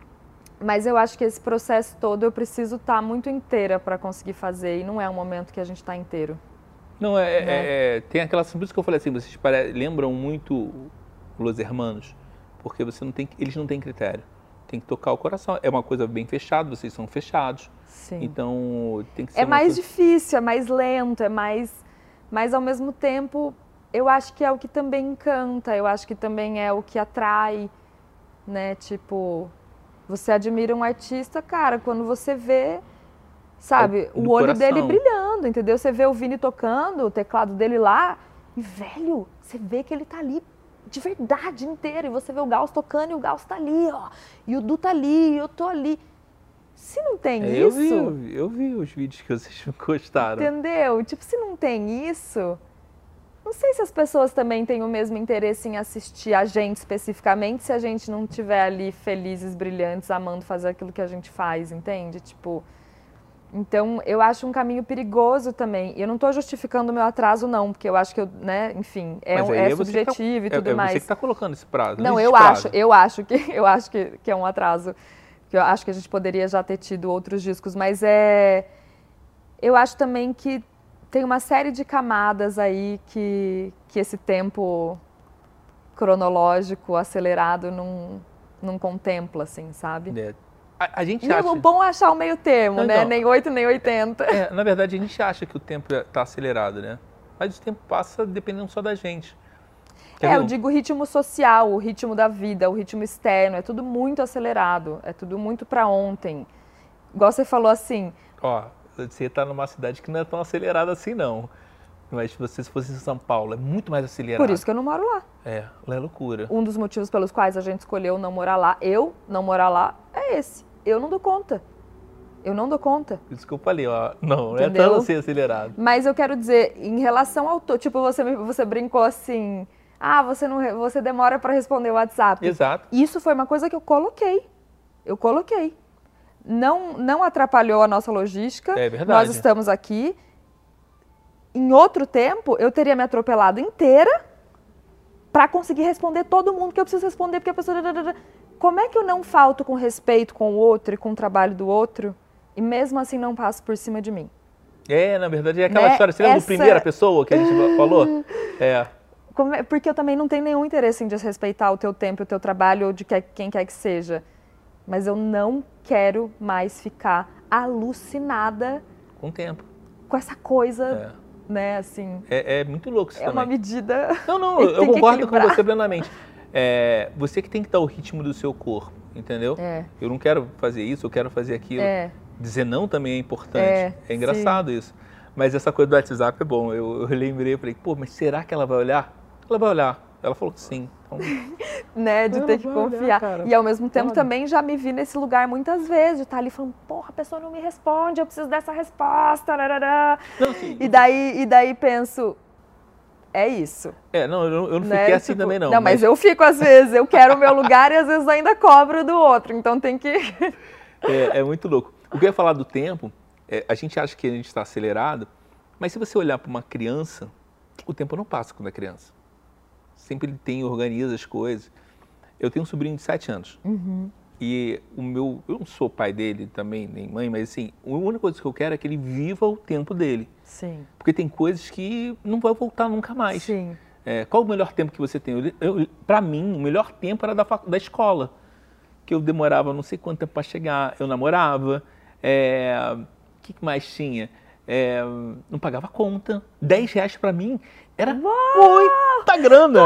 Mas eu acho que esse processo todo eu preciso estar muito inteira para conseguir fazer, e não é um momento que a gente está inteiro. Não, é, né? é, é tem aquela... Por isso que eu falei assim, vocês pare... lembram muito Los Hermanos, porque você não tem, eles não têm critério. Tem que tocar o coração. É uma coisa bem fechada, vocês são fechados. Sim. Então tem que ser É uma mais coisa... difícil, é mais lento, é mais... Mas ao mesmo tempo, eu acho que é o que também encanta, eu acho que também é o que atrai, né? Tipo... Você admira um artista, cara, quando você vê, sabe, o olho coração. dele brilhando, entendeu? Você vê o Vini tocando, o teclado dele lá, e, velho, você vê que ele tá ali de verdade inteiro. E você vê o Gauss tocando e o Gauss tá ali, ó. E o Du tá ali, e eu tô ali. Se não tem é, isso... Eu vi, eu vi os vídeos que vocês gostaram. Entendeu? Tipo, se não tem isso... Não sei se as pessoas também têm o mesmo interesse em assistir a gente especificamente, se a gente não estiver ali felizes, brilhantes, amando fazer aquilo que a gente faz, entende? Tipo, então eu acho um caminho perigoso também. E eu não estou justificando o meu atraso, não, porque eu acho que eu, né, enfim, é, um, é, é subjetivo tá, e tudo é, é mais. você que está colocando esse prazo. Não, não eu prazo. acho, eu acho que eu acho que, que é um atraso. Que eu acho que a gente poderia já ter tido outros discos, mas é. Eu acho também que tem uma série de camadas aí que, que esse tempo cronológico acelerado não, não contempla, assim, sabe? É. A, a gente e acha... é bom achar o meio termo, não, né? não. Nem oito, nem oitenta. É, na verdade, a gente acha que o tempo está acelerado, né? Mas o tempo passa dependendo só da gente. Quer é, ver? eu digo o ritmo social, o ritmo da vida, o ritmo externo, é tudo muito acelerado, é tudo muito para ontem. Igual você falou assim... Ó, você está numa cidade que não é tão acelerada assim, não. Mas se você fosse em São Paulo, é muito mais acelerado. Por isso que eu não moro lá. É, lá é loucura. Um dos motivos pelos quais a gente escolheu não morar lá, eu não morar lá, é esse. Eu não dou conta. Eu não dou conta. Isso que eu falei, ó. Não, Entendeu? não é tão assim acelerado. Mas eu quero dizer, em relação ao... To... Tipo, você, você brincou assim... Ah, você, não, você demora para responder o WhatsApp. Exato. Isso foi uma coisa que eu coloquei. Eu coloquei. Não, não atrapalhou a nossa logística. É verdade. Nós estamos aqui. Em outro tempo, eu teria me atropelado inteira para conseguir responder todo mundo que eu preciso responder, porque a pessoa... Como é que eu não falto com respeito com o outro e com o trabalho do outro e mesmo assim não passo por cima de mim? É, na verdade, é aquela Né? história, você lembra Essa... do primeira pessoa que a gente falou? É. Porque eu também não tenho nenhum interesse em desrespeitar o teu tempo, o teu trabalho ou de quem quer que seja. Mas eu não quero mais ficar alucinada com o tempo. Com essa coisa, é. né, assim... É, é muito louco isso É também. uma medida... Não, não, eu concordo com você plenamente. É, você que tem que dar o ritmo do seu corpo, entendeu? É. Eu não quero fazer isso, eu quero fazer aquilo. É. Dizer não também é importante. É, é engraçado sim. isso. Mas essa coisa do WhatsApp é bom. Eu, eu lembrei, eu falei, pô, mas será que ela vai olhar? Ela vai olhar. Ela falou que sim. Então... né, de ela ter que confiar. Olhar, e ao mesmo tempo Pode. também já me vi nesse lugar muitas vezes, de estar ali falando, porra, a pessoa não me responde, eu preciso dessa resposta. Não, sim. E daí, e daí penso, é isso. É, não, eu, eu não fiquei né? assim tipo, também não. Não, mas... mas eu fico às vezes, eu quero o meu lugar e às vezes ainda cobro do outro, então tem que... é, é muito louco. O que eu ia falar do tempo, é, a gente acha que a gente está acelerado, mas se você olhar para uma criança, o tempo não passa quando é criança. Sempre ele tem, organiza as coisas. Eu tenho um sobrinho de sete anos. Uhum. E o meu, eu não sou pai dele também, nem mãe, mas assim, a única coisa que eu quero é que ele viva o tempo dele. Sim. Porque tem coisas que não vai voltar nunca mais. Sim. É, qual o melhor tempo que você tem? Eu, eu, para mim, o melhor tempo era da, da escola. Que eu demorava não sei quanto tempo para chegar. Eu namorava. É, o que mais tinha? É, não pagava conta. dez reais para mim era Uau! muita grana.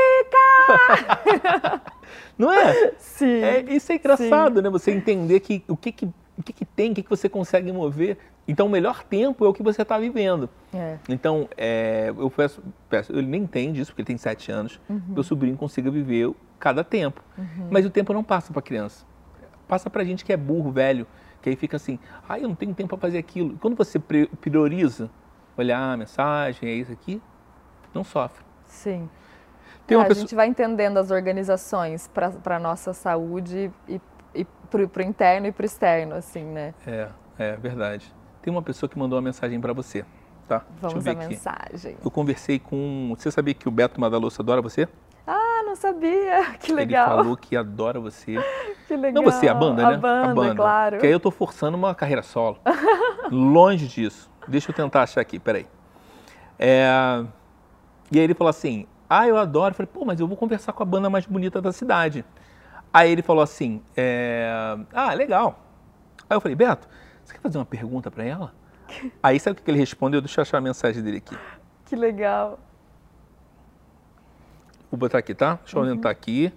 Tô rica! Não é? Sim. É, isso é engraçado, sim. né? Você entender que, o, que, que, o que, que tem, o que, que você consegue mover. Então, o melhor tempo é o que você está vivendo. É. Então, é, eu peço, peço, ele nem entende isso, porque ele tem sete anos. Uhum. Meu sobrinho consiga viver cada tempo. Uhum. Mas o tempo não passa para a criança. Passa para a gente que é burro, velho. Que aí fica assim, ah, eu não tenho tempo para fazer aquilo. Quando você prioriza, olhar a mensagem, é isso aqui, não sofre. Sim. Tem uma é, pessoa... A gente vai entendendo as organizações para a nossa saúde e, e para o interno e para o externo, assim, né? É, é verdade. Tem uma pessoa que mandou uma mensagem para você, tá? Vamos à mensagem. Eu conversei com... Você sabia que o Beto Madaloso adora você? Ah, não sabia. Que legal. Ele falou que adora você. Que legal. Não você, a banda, né? A banda, a banda. claro. Porque aí eu tô forçando uma carreira solo. Longe disso. Deixa eu tentar achar aqui, peraí. É... E aí ele falou assim, ah, eu adoro. Eu falei, pô, mas eu vou conversar com a banda mais bonita da cidade. Aí ele falou assim, é... ah, legal. Aí eu falei, Beto, você quer fazer uma pergunta para ela? Aí sabe o que ele respondeu? Deixa eu achar a mensagem dele aqui. Que legal. Vou botar aqui, tá? Deixa eu uhum. aumentar aqui.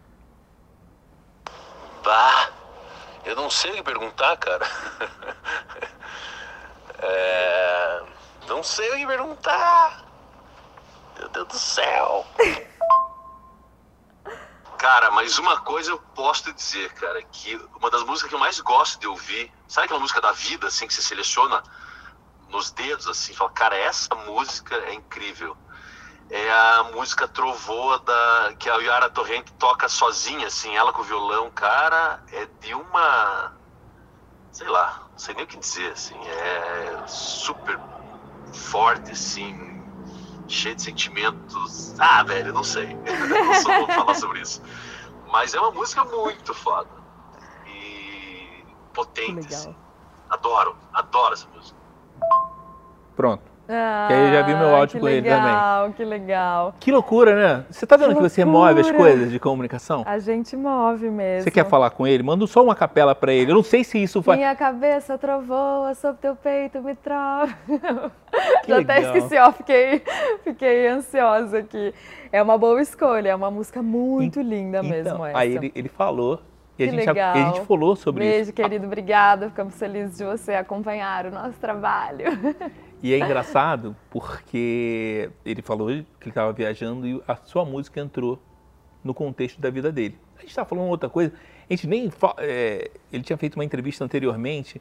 Bah, eu não sei o que perguntar, cara. é, não sei o que perguntar. Meu Deus do céu. Cara, mas uma coisa eu posso te dizer, cara, que uma das músicas que eu mais gosto de ouvir, sabe aquela música da vida, assim, que você seleciona nos dedos, assim, fala, cara, essa música é incrível. É a música Trovoa, da, que a Yara Torrente toca sozinha, assim, ela com o violão, cara, é de uma, sei lá, não sei nem o que dizer, assim, é super forte, assim, cheio de sentimentos. Ah, velho, não sei. Não sou bom falar sobre isso. Mas é uma música muito foda. E potente, assim. Adoro, adoro essa música. Pronto. Ah, que aí eu já vi meu áudio com legal, ele também. Que legal, que legal. Que loucura, né? Você tá vendo que, que você move as coisas de comunicação? A gente move mesmo. Você quer falar com ele? Manda só uma capela pra ele. Eu não sei se isso vai... Minha cabeça trovoa, sob teu peito me trova. Que Já legal. até esqueci, ó, fiquei, fiquei ansiosa aqui. É uma boa escolha, é uma música muito linda então, mesmo essa. Aí ele, ele falou, e a Que gente, legal. a, a gente falou sobre Beijo, isso. Beijo, querido, obrigada. Ficamos felizes de você acompanhar o nosso trabalho. E é engraçado porque ele falou que ele estava viajando e a sua música entrou no contexto da vida dele. A gente estava falando outra coisa, a gente nem... É, ele tinha feito uma entrevista anteriormente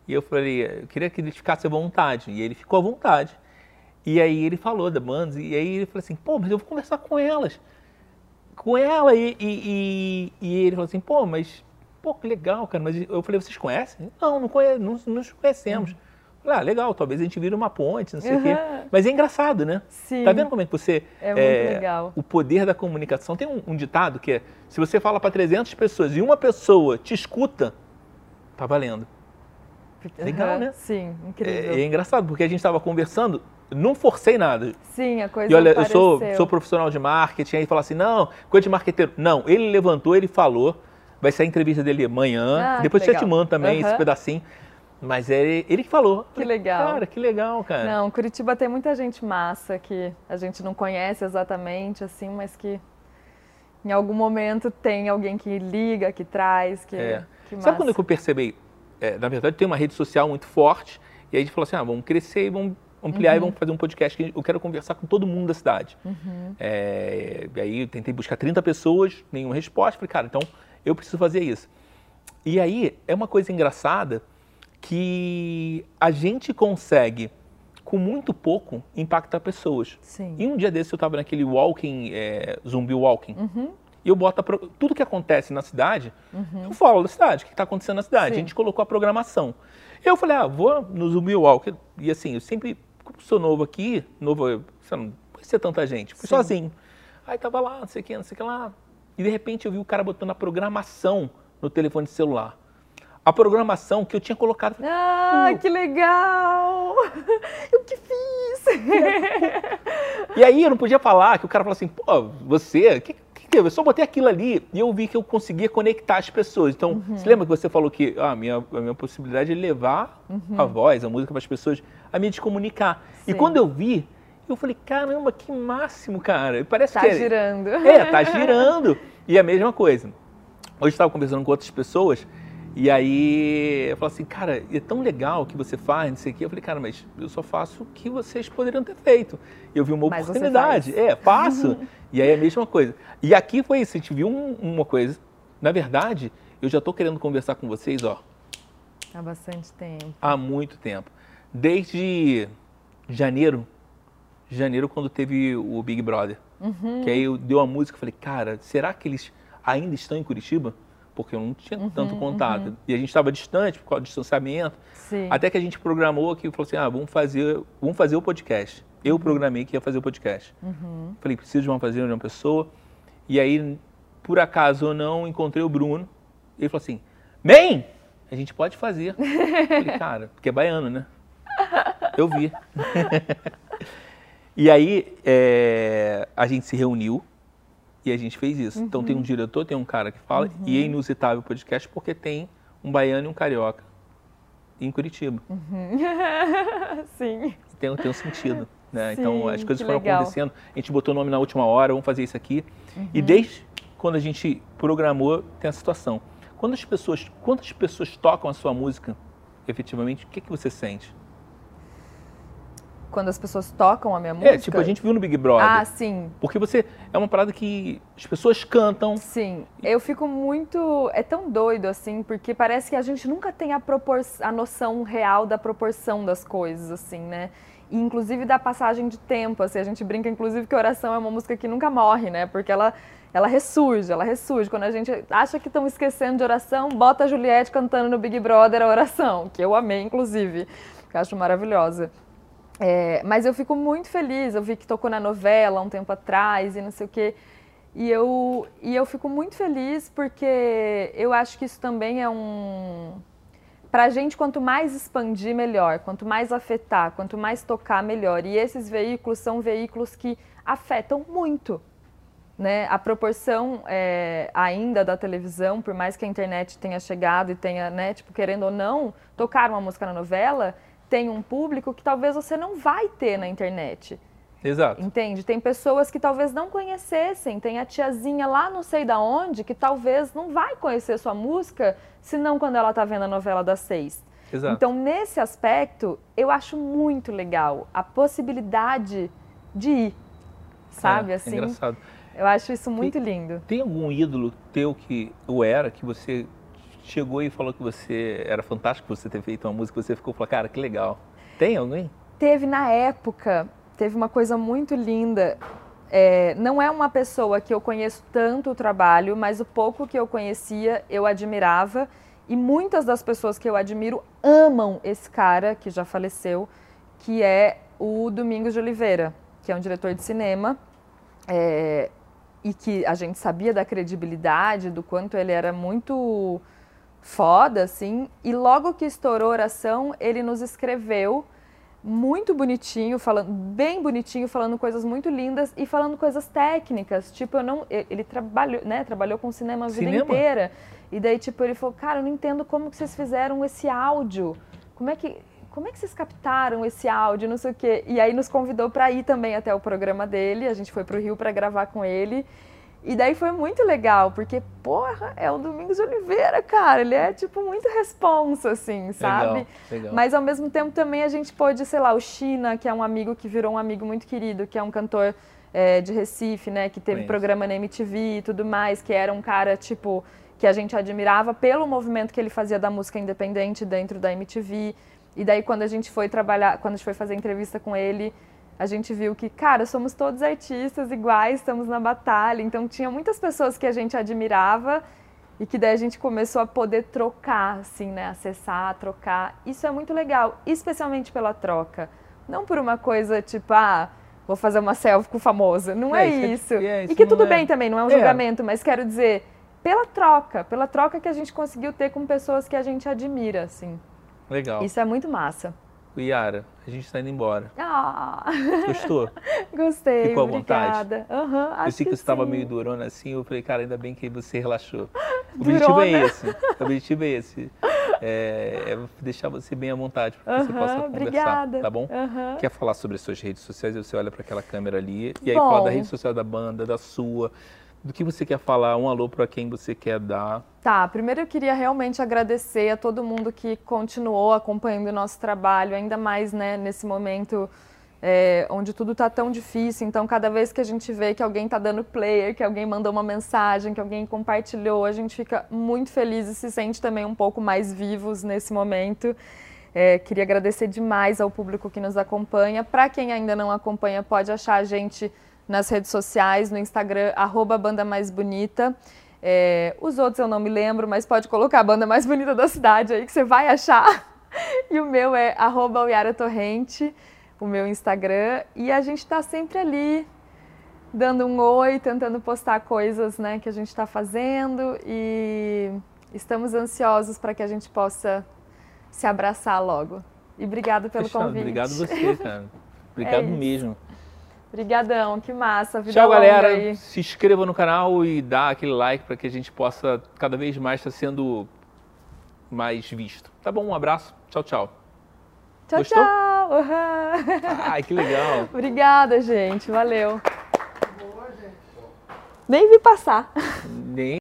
E eu falei, eu queria que ele ficasse à vontade. E ele ficou à vontade. E aí ele falou da banda, e aí ele falou assim, pô, mas eu vou conversar com elas. Com ela, e, e, e ele falou assim, pô, mas, pô, que legal, cara. Mas eu falei, vocês conhecem? Não, não, conhe não, não nos conhecemos. Uhum. Falei, ah, legal, talvez a gente vire uma ponte, não sei o uhum. quê. Mas é engraçado, né? Sim. Tá vendo como é que você... É muito é, legal. O poder da comunicação. Tem um, um ditado que é, se você fala para trezentas pessoas e uma pessoa te escuta, tá valendo. Legal, uhum. né? Sim, incrível. É, é engraçado, porque a gente estava conversando, não forcei nada. Sim, a coisa E olha, apareceu. eu sou, sou profissional de marketing, aí fala assim, não, coisa de marqueteiro. Não, ele levantou, ele falou, vai sair a entrevista dele amanhã, ah, depois eu te mando também uhum. esse pedacinho. Mas é ele que falou. Que legal. Cara, que legal, cara. Não, Curitiba tem muita gente massa que a gente não conhece exatamente, assim, mas que em algum momento tem alguém que liga, que traz, que, é. que massa. Sabe quando eu percebi? É, na verdade, tem uma rede social muito forte, e aí a gente falou assim, ah, vamos crescer e vamos ampliar uhum. e vamos fazer um podcast que eu quero conversar com todo mundo da cidade. Uhum. É, e aí eu tentei buscar trinta pessoas, nenhuma resposta, falei, cara, então eu preciso fazer isso. E aí é uma coisa engraçada que a gente consegue, com muito pouco, impactar pessoas. Sim. E um dia desse eu estava naquele walking, é, zumbi walking, uhum. e eu boto a pro... tudo que acontece na cidade, uhum. eu falo da cidade, o que está acontecendo na cidade. Sim. A gente colocou a programação. Eu falei, ah, vou no Zumbi Walk. E assim, eu sempre, como sou novo aqui, novo, você não conhecia tanta gente, fui Sim. sozinho. Aí tava lá, não sei o que, não sei o que lá. E de repente eu vi o cara botando a programação no telefone celular. A programação que eu tinha colocado. Ah, que legal! Eu que fiz! E aí eu não podia falar, que o cara falou assim, pô, você, que, que, eu só botei aquilo ali e eu vi que eu conseguia conectar as pessoas. Então, uhum. você lembra que você falou que ah, a, minha, a minha possibilidade é levar uhum. a voz, a música para as pessoas, a me descomunicar. Sim. E quando eu vi, eu falei, caramba, que máximo, cara. Parece tá que é, girando. É, tá girando. E a mesma coisa. Hoje eu estava conversando com outras pessoas e aí eu falei assim, cara, é tão legal o que você faz, não sei o quê. Eu falei, cara, mas eu só faço o que vocês poderiam ter feito. Eu vi uma mas oportunidade. É, faço. E aí é a mesma coisa. E aqui foi isso, a gente viu um, uma coisa. Na verdade, eu já estou querendo conversar com vocês, ó. Há bastante tempo. Há muito tempo. Desde janeiro, janeiro quando teve o Big Brother. Uhum. Que aí eu dei uma música e falei, cara, será que eles ainda estão em Curitiba? Porque eu não tinha uhum, tanto contato. Uhum. E a gente estava distante por causa do distanciamento. Sim. Até que a gente programou que falou assim, ah, vamos fazer, vamos fazer o podcast. Eu programei que ia fazer o podcast. Uhum. Falei, preciso de uma fazer de uma pessoa. E aí, por acaso ou não, encontrei o Bruno. Ele falou assim, bem, a gente pode fazer. Falei, cara, porque é baiano, né? Eu vi. E aí, é, a gente se reuniu. E a gente fez isso. Uhum. Então tem um diretor, tem um cara que fala, uhum. e é inusitável o podcast porque tem um baiano e um carioca em Curitiba. Uhum. Sim. Tem, tem um sentido, né? Sim, então as coisas foram legal. acontecendo, a gente botou o nome na última hora, vamos fazer isso aqui. Uhum. E desde quando a gente programou, tem a situação. Quando as pessoas, quantas pessoas tocam a sua música, efetivamente, o que, que você sente? Quando as pessoas tocam a minha música? É, tipo, a gente viu no Big Brother. Ah, sim. Porque você, é uma parada que as pessoas cantam. Sim, eu fico muito, é tão doido assim, porque parece que a gente nunca tem a, propor... a noção real da proporção das coisas, assim, né? E, inclusive da passagem de tempo, assim, a gente brinca, inclusive, que oração é uma música que nunca morre, né? Porque ela, ela ressurge, ela ressurge. Quando a gente acha que estão esquecendo de oração, bota a Juliette cantando no Big Brother a oração, que eu amei, inclusive, que eu acho maravilhosa. É, mas eu fico muito feliz, eu vi que tocou na novela um tempo atrás e não sei o quê, e eu, e eu fico muito feliz porque eu acho que isso também é um... Pra gente, quanto mais expandir, melhor, quanto mais afetar, quanto mais tocar, melhor. E esses veículos são veículos que afetam muito, né? A proporção é, ainda da televisão, por mais que a internet tenha chegado e tenha, né, tipo, querendo ou não, tocar uma música na novela... tem um público que talvez você não vai ter na internet. Exato. Entende? Tem pessoas que talvez não conhecessem, tem a tiazinha lá não sei da onde que talvez não vai conhecer sua música, senão quando ela tá vendo a novela das seis. Exato. Então, nesse aspecto, eu acho muito legal a possibilidade de ir, sabe? É, assim, é engraçado. Eu acho isso muito tem, lindo. Tem algum ídolo teu que, ou era, que você chegou e falou que você era fantástico você ter feito uma música, você ficou falou, cara, que legal. Tem alguém? Teve na época, teve uma coisa muito linda. É, não é uma pessoa que eu conheço tanto o trabalho, mas o pouco que eu conhecia, eu admirava. E muitas das pessoas que eu admiro amam esse cara, que já faleceu, que é o Domingos de Oliveira, que é um diretor de cinema. É, e que a gente sabia da credibilidade, do quanto ele era muito foda, assim. E logo que estourou a Oração, ele nos escreveu muito bonitinho, falando, bem bonitinho, falando coisas muito lindas e falando coisas técnicas. Tipo, eu não, ele trabalhou, né, trabalhou com cinema a vida Cinema? inteira. E daí, tipo, ele falou, cara, eu não entendo como que vocês fizeram esse áudio. Como é que, como é que vocês captaram esse áudio, não sei o quê. E aí nos convidou para ir também até o programa dele. A gente foi pro Rio para gravar com ele. E daí foi muito legal, porque, porra, é o Domingos de Oliveira, cara. Ele é, tipo, muito responsa, assim, sabe? Legal, legal. Mas, ao mesmo tempo, também a gente pôde, sei lá, o China, que é um amigo que virou um amigo muito querido, que é um cantor é, de Recife, né? Que teve Conheço. programa na M T V e tudo mais, que era um cara, tipo, que a gente admirava pelo movimento que ele fazia da música independente dentro da M T V. E daí, quando a gente foi trabalhar, quando a gente foi fazer entrevista com ele, a gente viu que, cara, somos todos artistas iguais, estamos na batalha. Então, tinha muitas pessoas que a gente admirava e que daí a gente começou a poder trocar, assim, né? Acessar, trocar. Isso é muito legal, especialmente pela troca. Não por uma coisa tipo, ah, vou fazer uma selfie com o famoso. Não é, É, isso. isso é- é, isso E que não tudo é- bem também, não é um É. julgamento, mas quero dizer, pela troca, pela troca que a gente conseguiu ter com pessoas que a gente admira, assim. Legal. Isso é muito massa. Yara, a gente está indo embora. Ah, Gostou? gostei, Ficou à vontade? obrigada. Aham, Eu acho sei que que você estava sim. meio durona assim, eu falei, cara, ainda bem que você relaxou. O Durona. objetivo é esse. O objetivo é esse. É, é deixar você bem à vontade para que você Aham, possa conversar, obrigada. tá bom? Aham. Quer falar sobre as suas redes sociais? Você olha para aquela câmera ali e aí Bom. fala da rede social da banda, da sua, do que você quer falar, um alô para quem você quer dar. Tá, primeiro eu queria realmente agradecer a todo mundo que continuou acompanhando o nosso trabalho, ainda mais, né, nesse momento é, onde tudo está tão difícil. Então, cada vez que a gente vê que alguém está dando player, que alguém mandou uma mensagem, que alguém compartilhou, a gente fica muito feliz e se sente também um pouco mais vivos nesse momento. É, queria agradecer demais ao público que nos acompanha. Para quem ainda não acompanha, pode achar a gente nas redes sociais, no Instagram, arroba Banda Mais Bonita. É, os outros eu não me lembro, mas pode colocar a Banda Mais Bonita da cidade aí que você vai achar. E o meu é arroba Yara Torrente, o meu Instagram. E a gente está sempre ali, dando um oi, tentando postar coisas, né, que a gente está fazendo. E estamos ansiosos para que a gente possa se abraçar logo. E obrigado pelo Fechado. convite. Obrigado você, cara. Obrigado isso. mesmo. Obrigadão, que massa. Vida Tchau, longa galera. aí. Se inscreva no canal e dá aquele like para que a gente possa cada vez mais estar sendo mais visto. Tá bom? Um abraço. Tchau, tchau. Tchau, Gostou? tchau. Uhum. Ai, que legal. Obrigada, gente. Valeu. Nem vi passar. Nem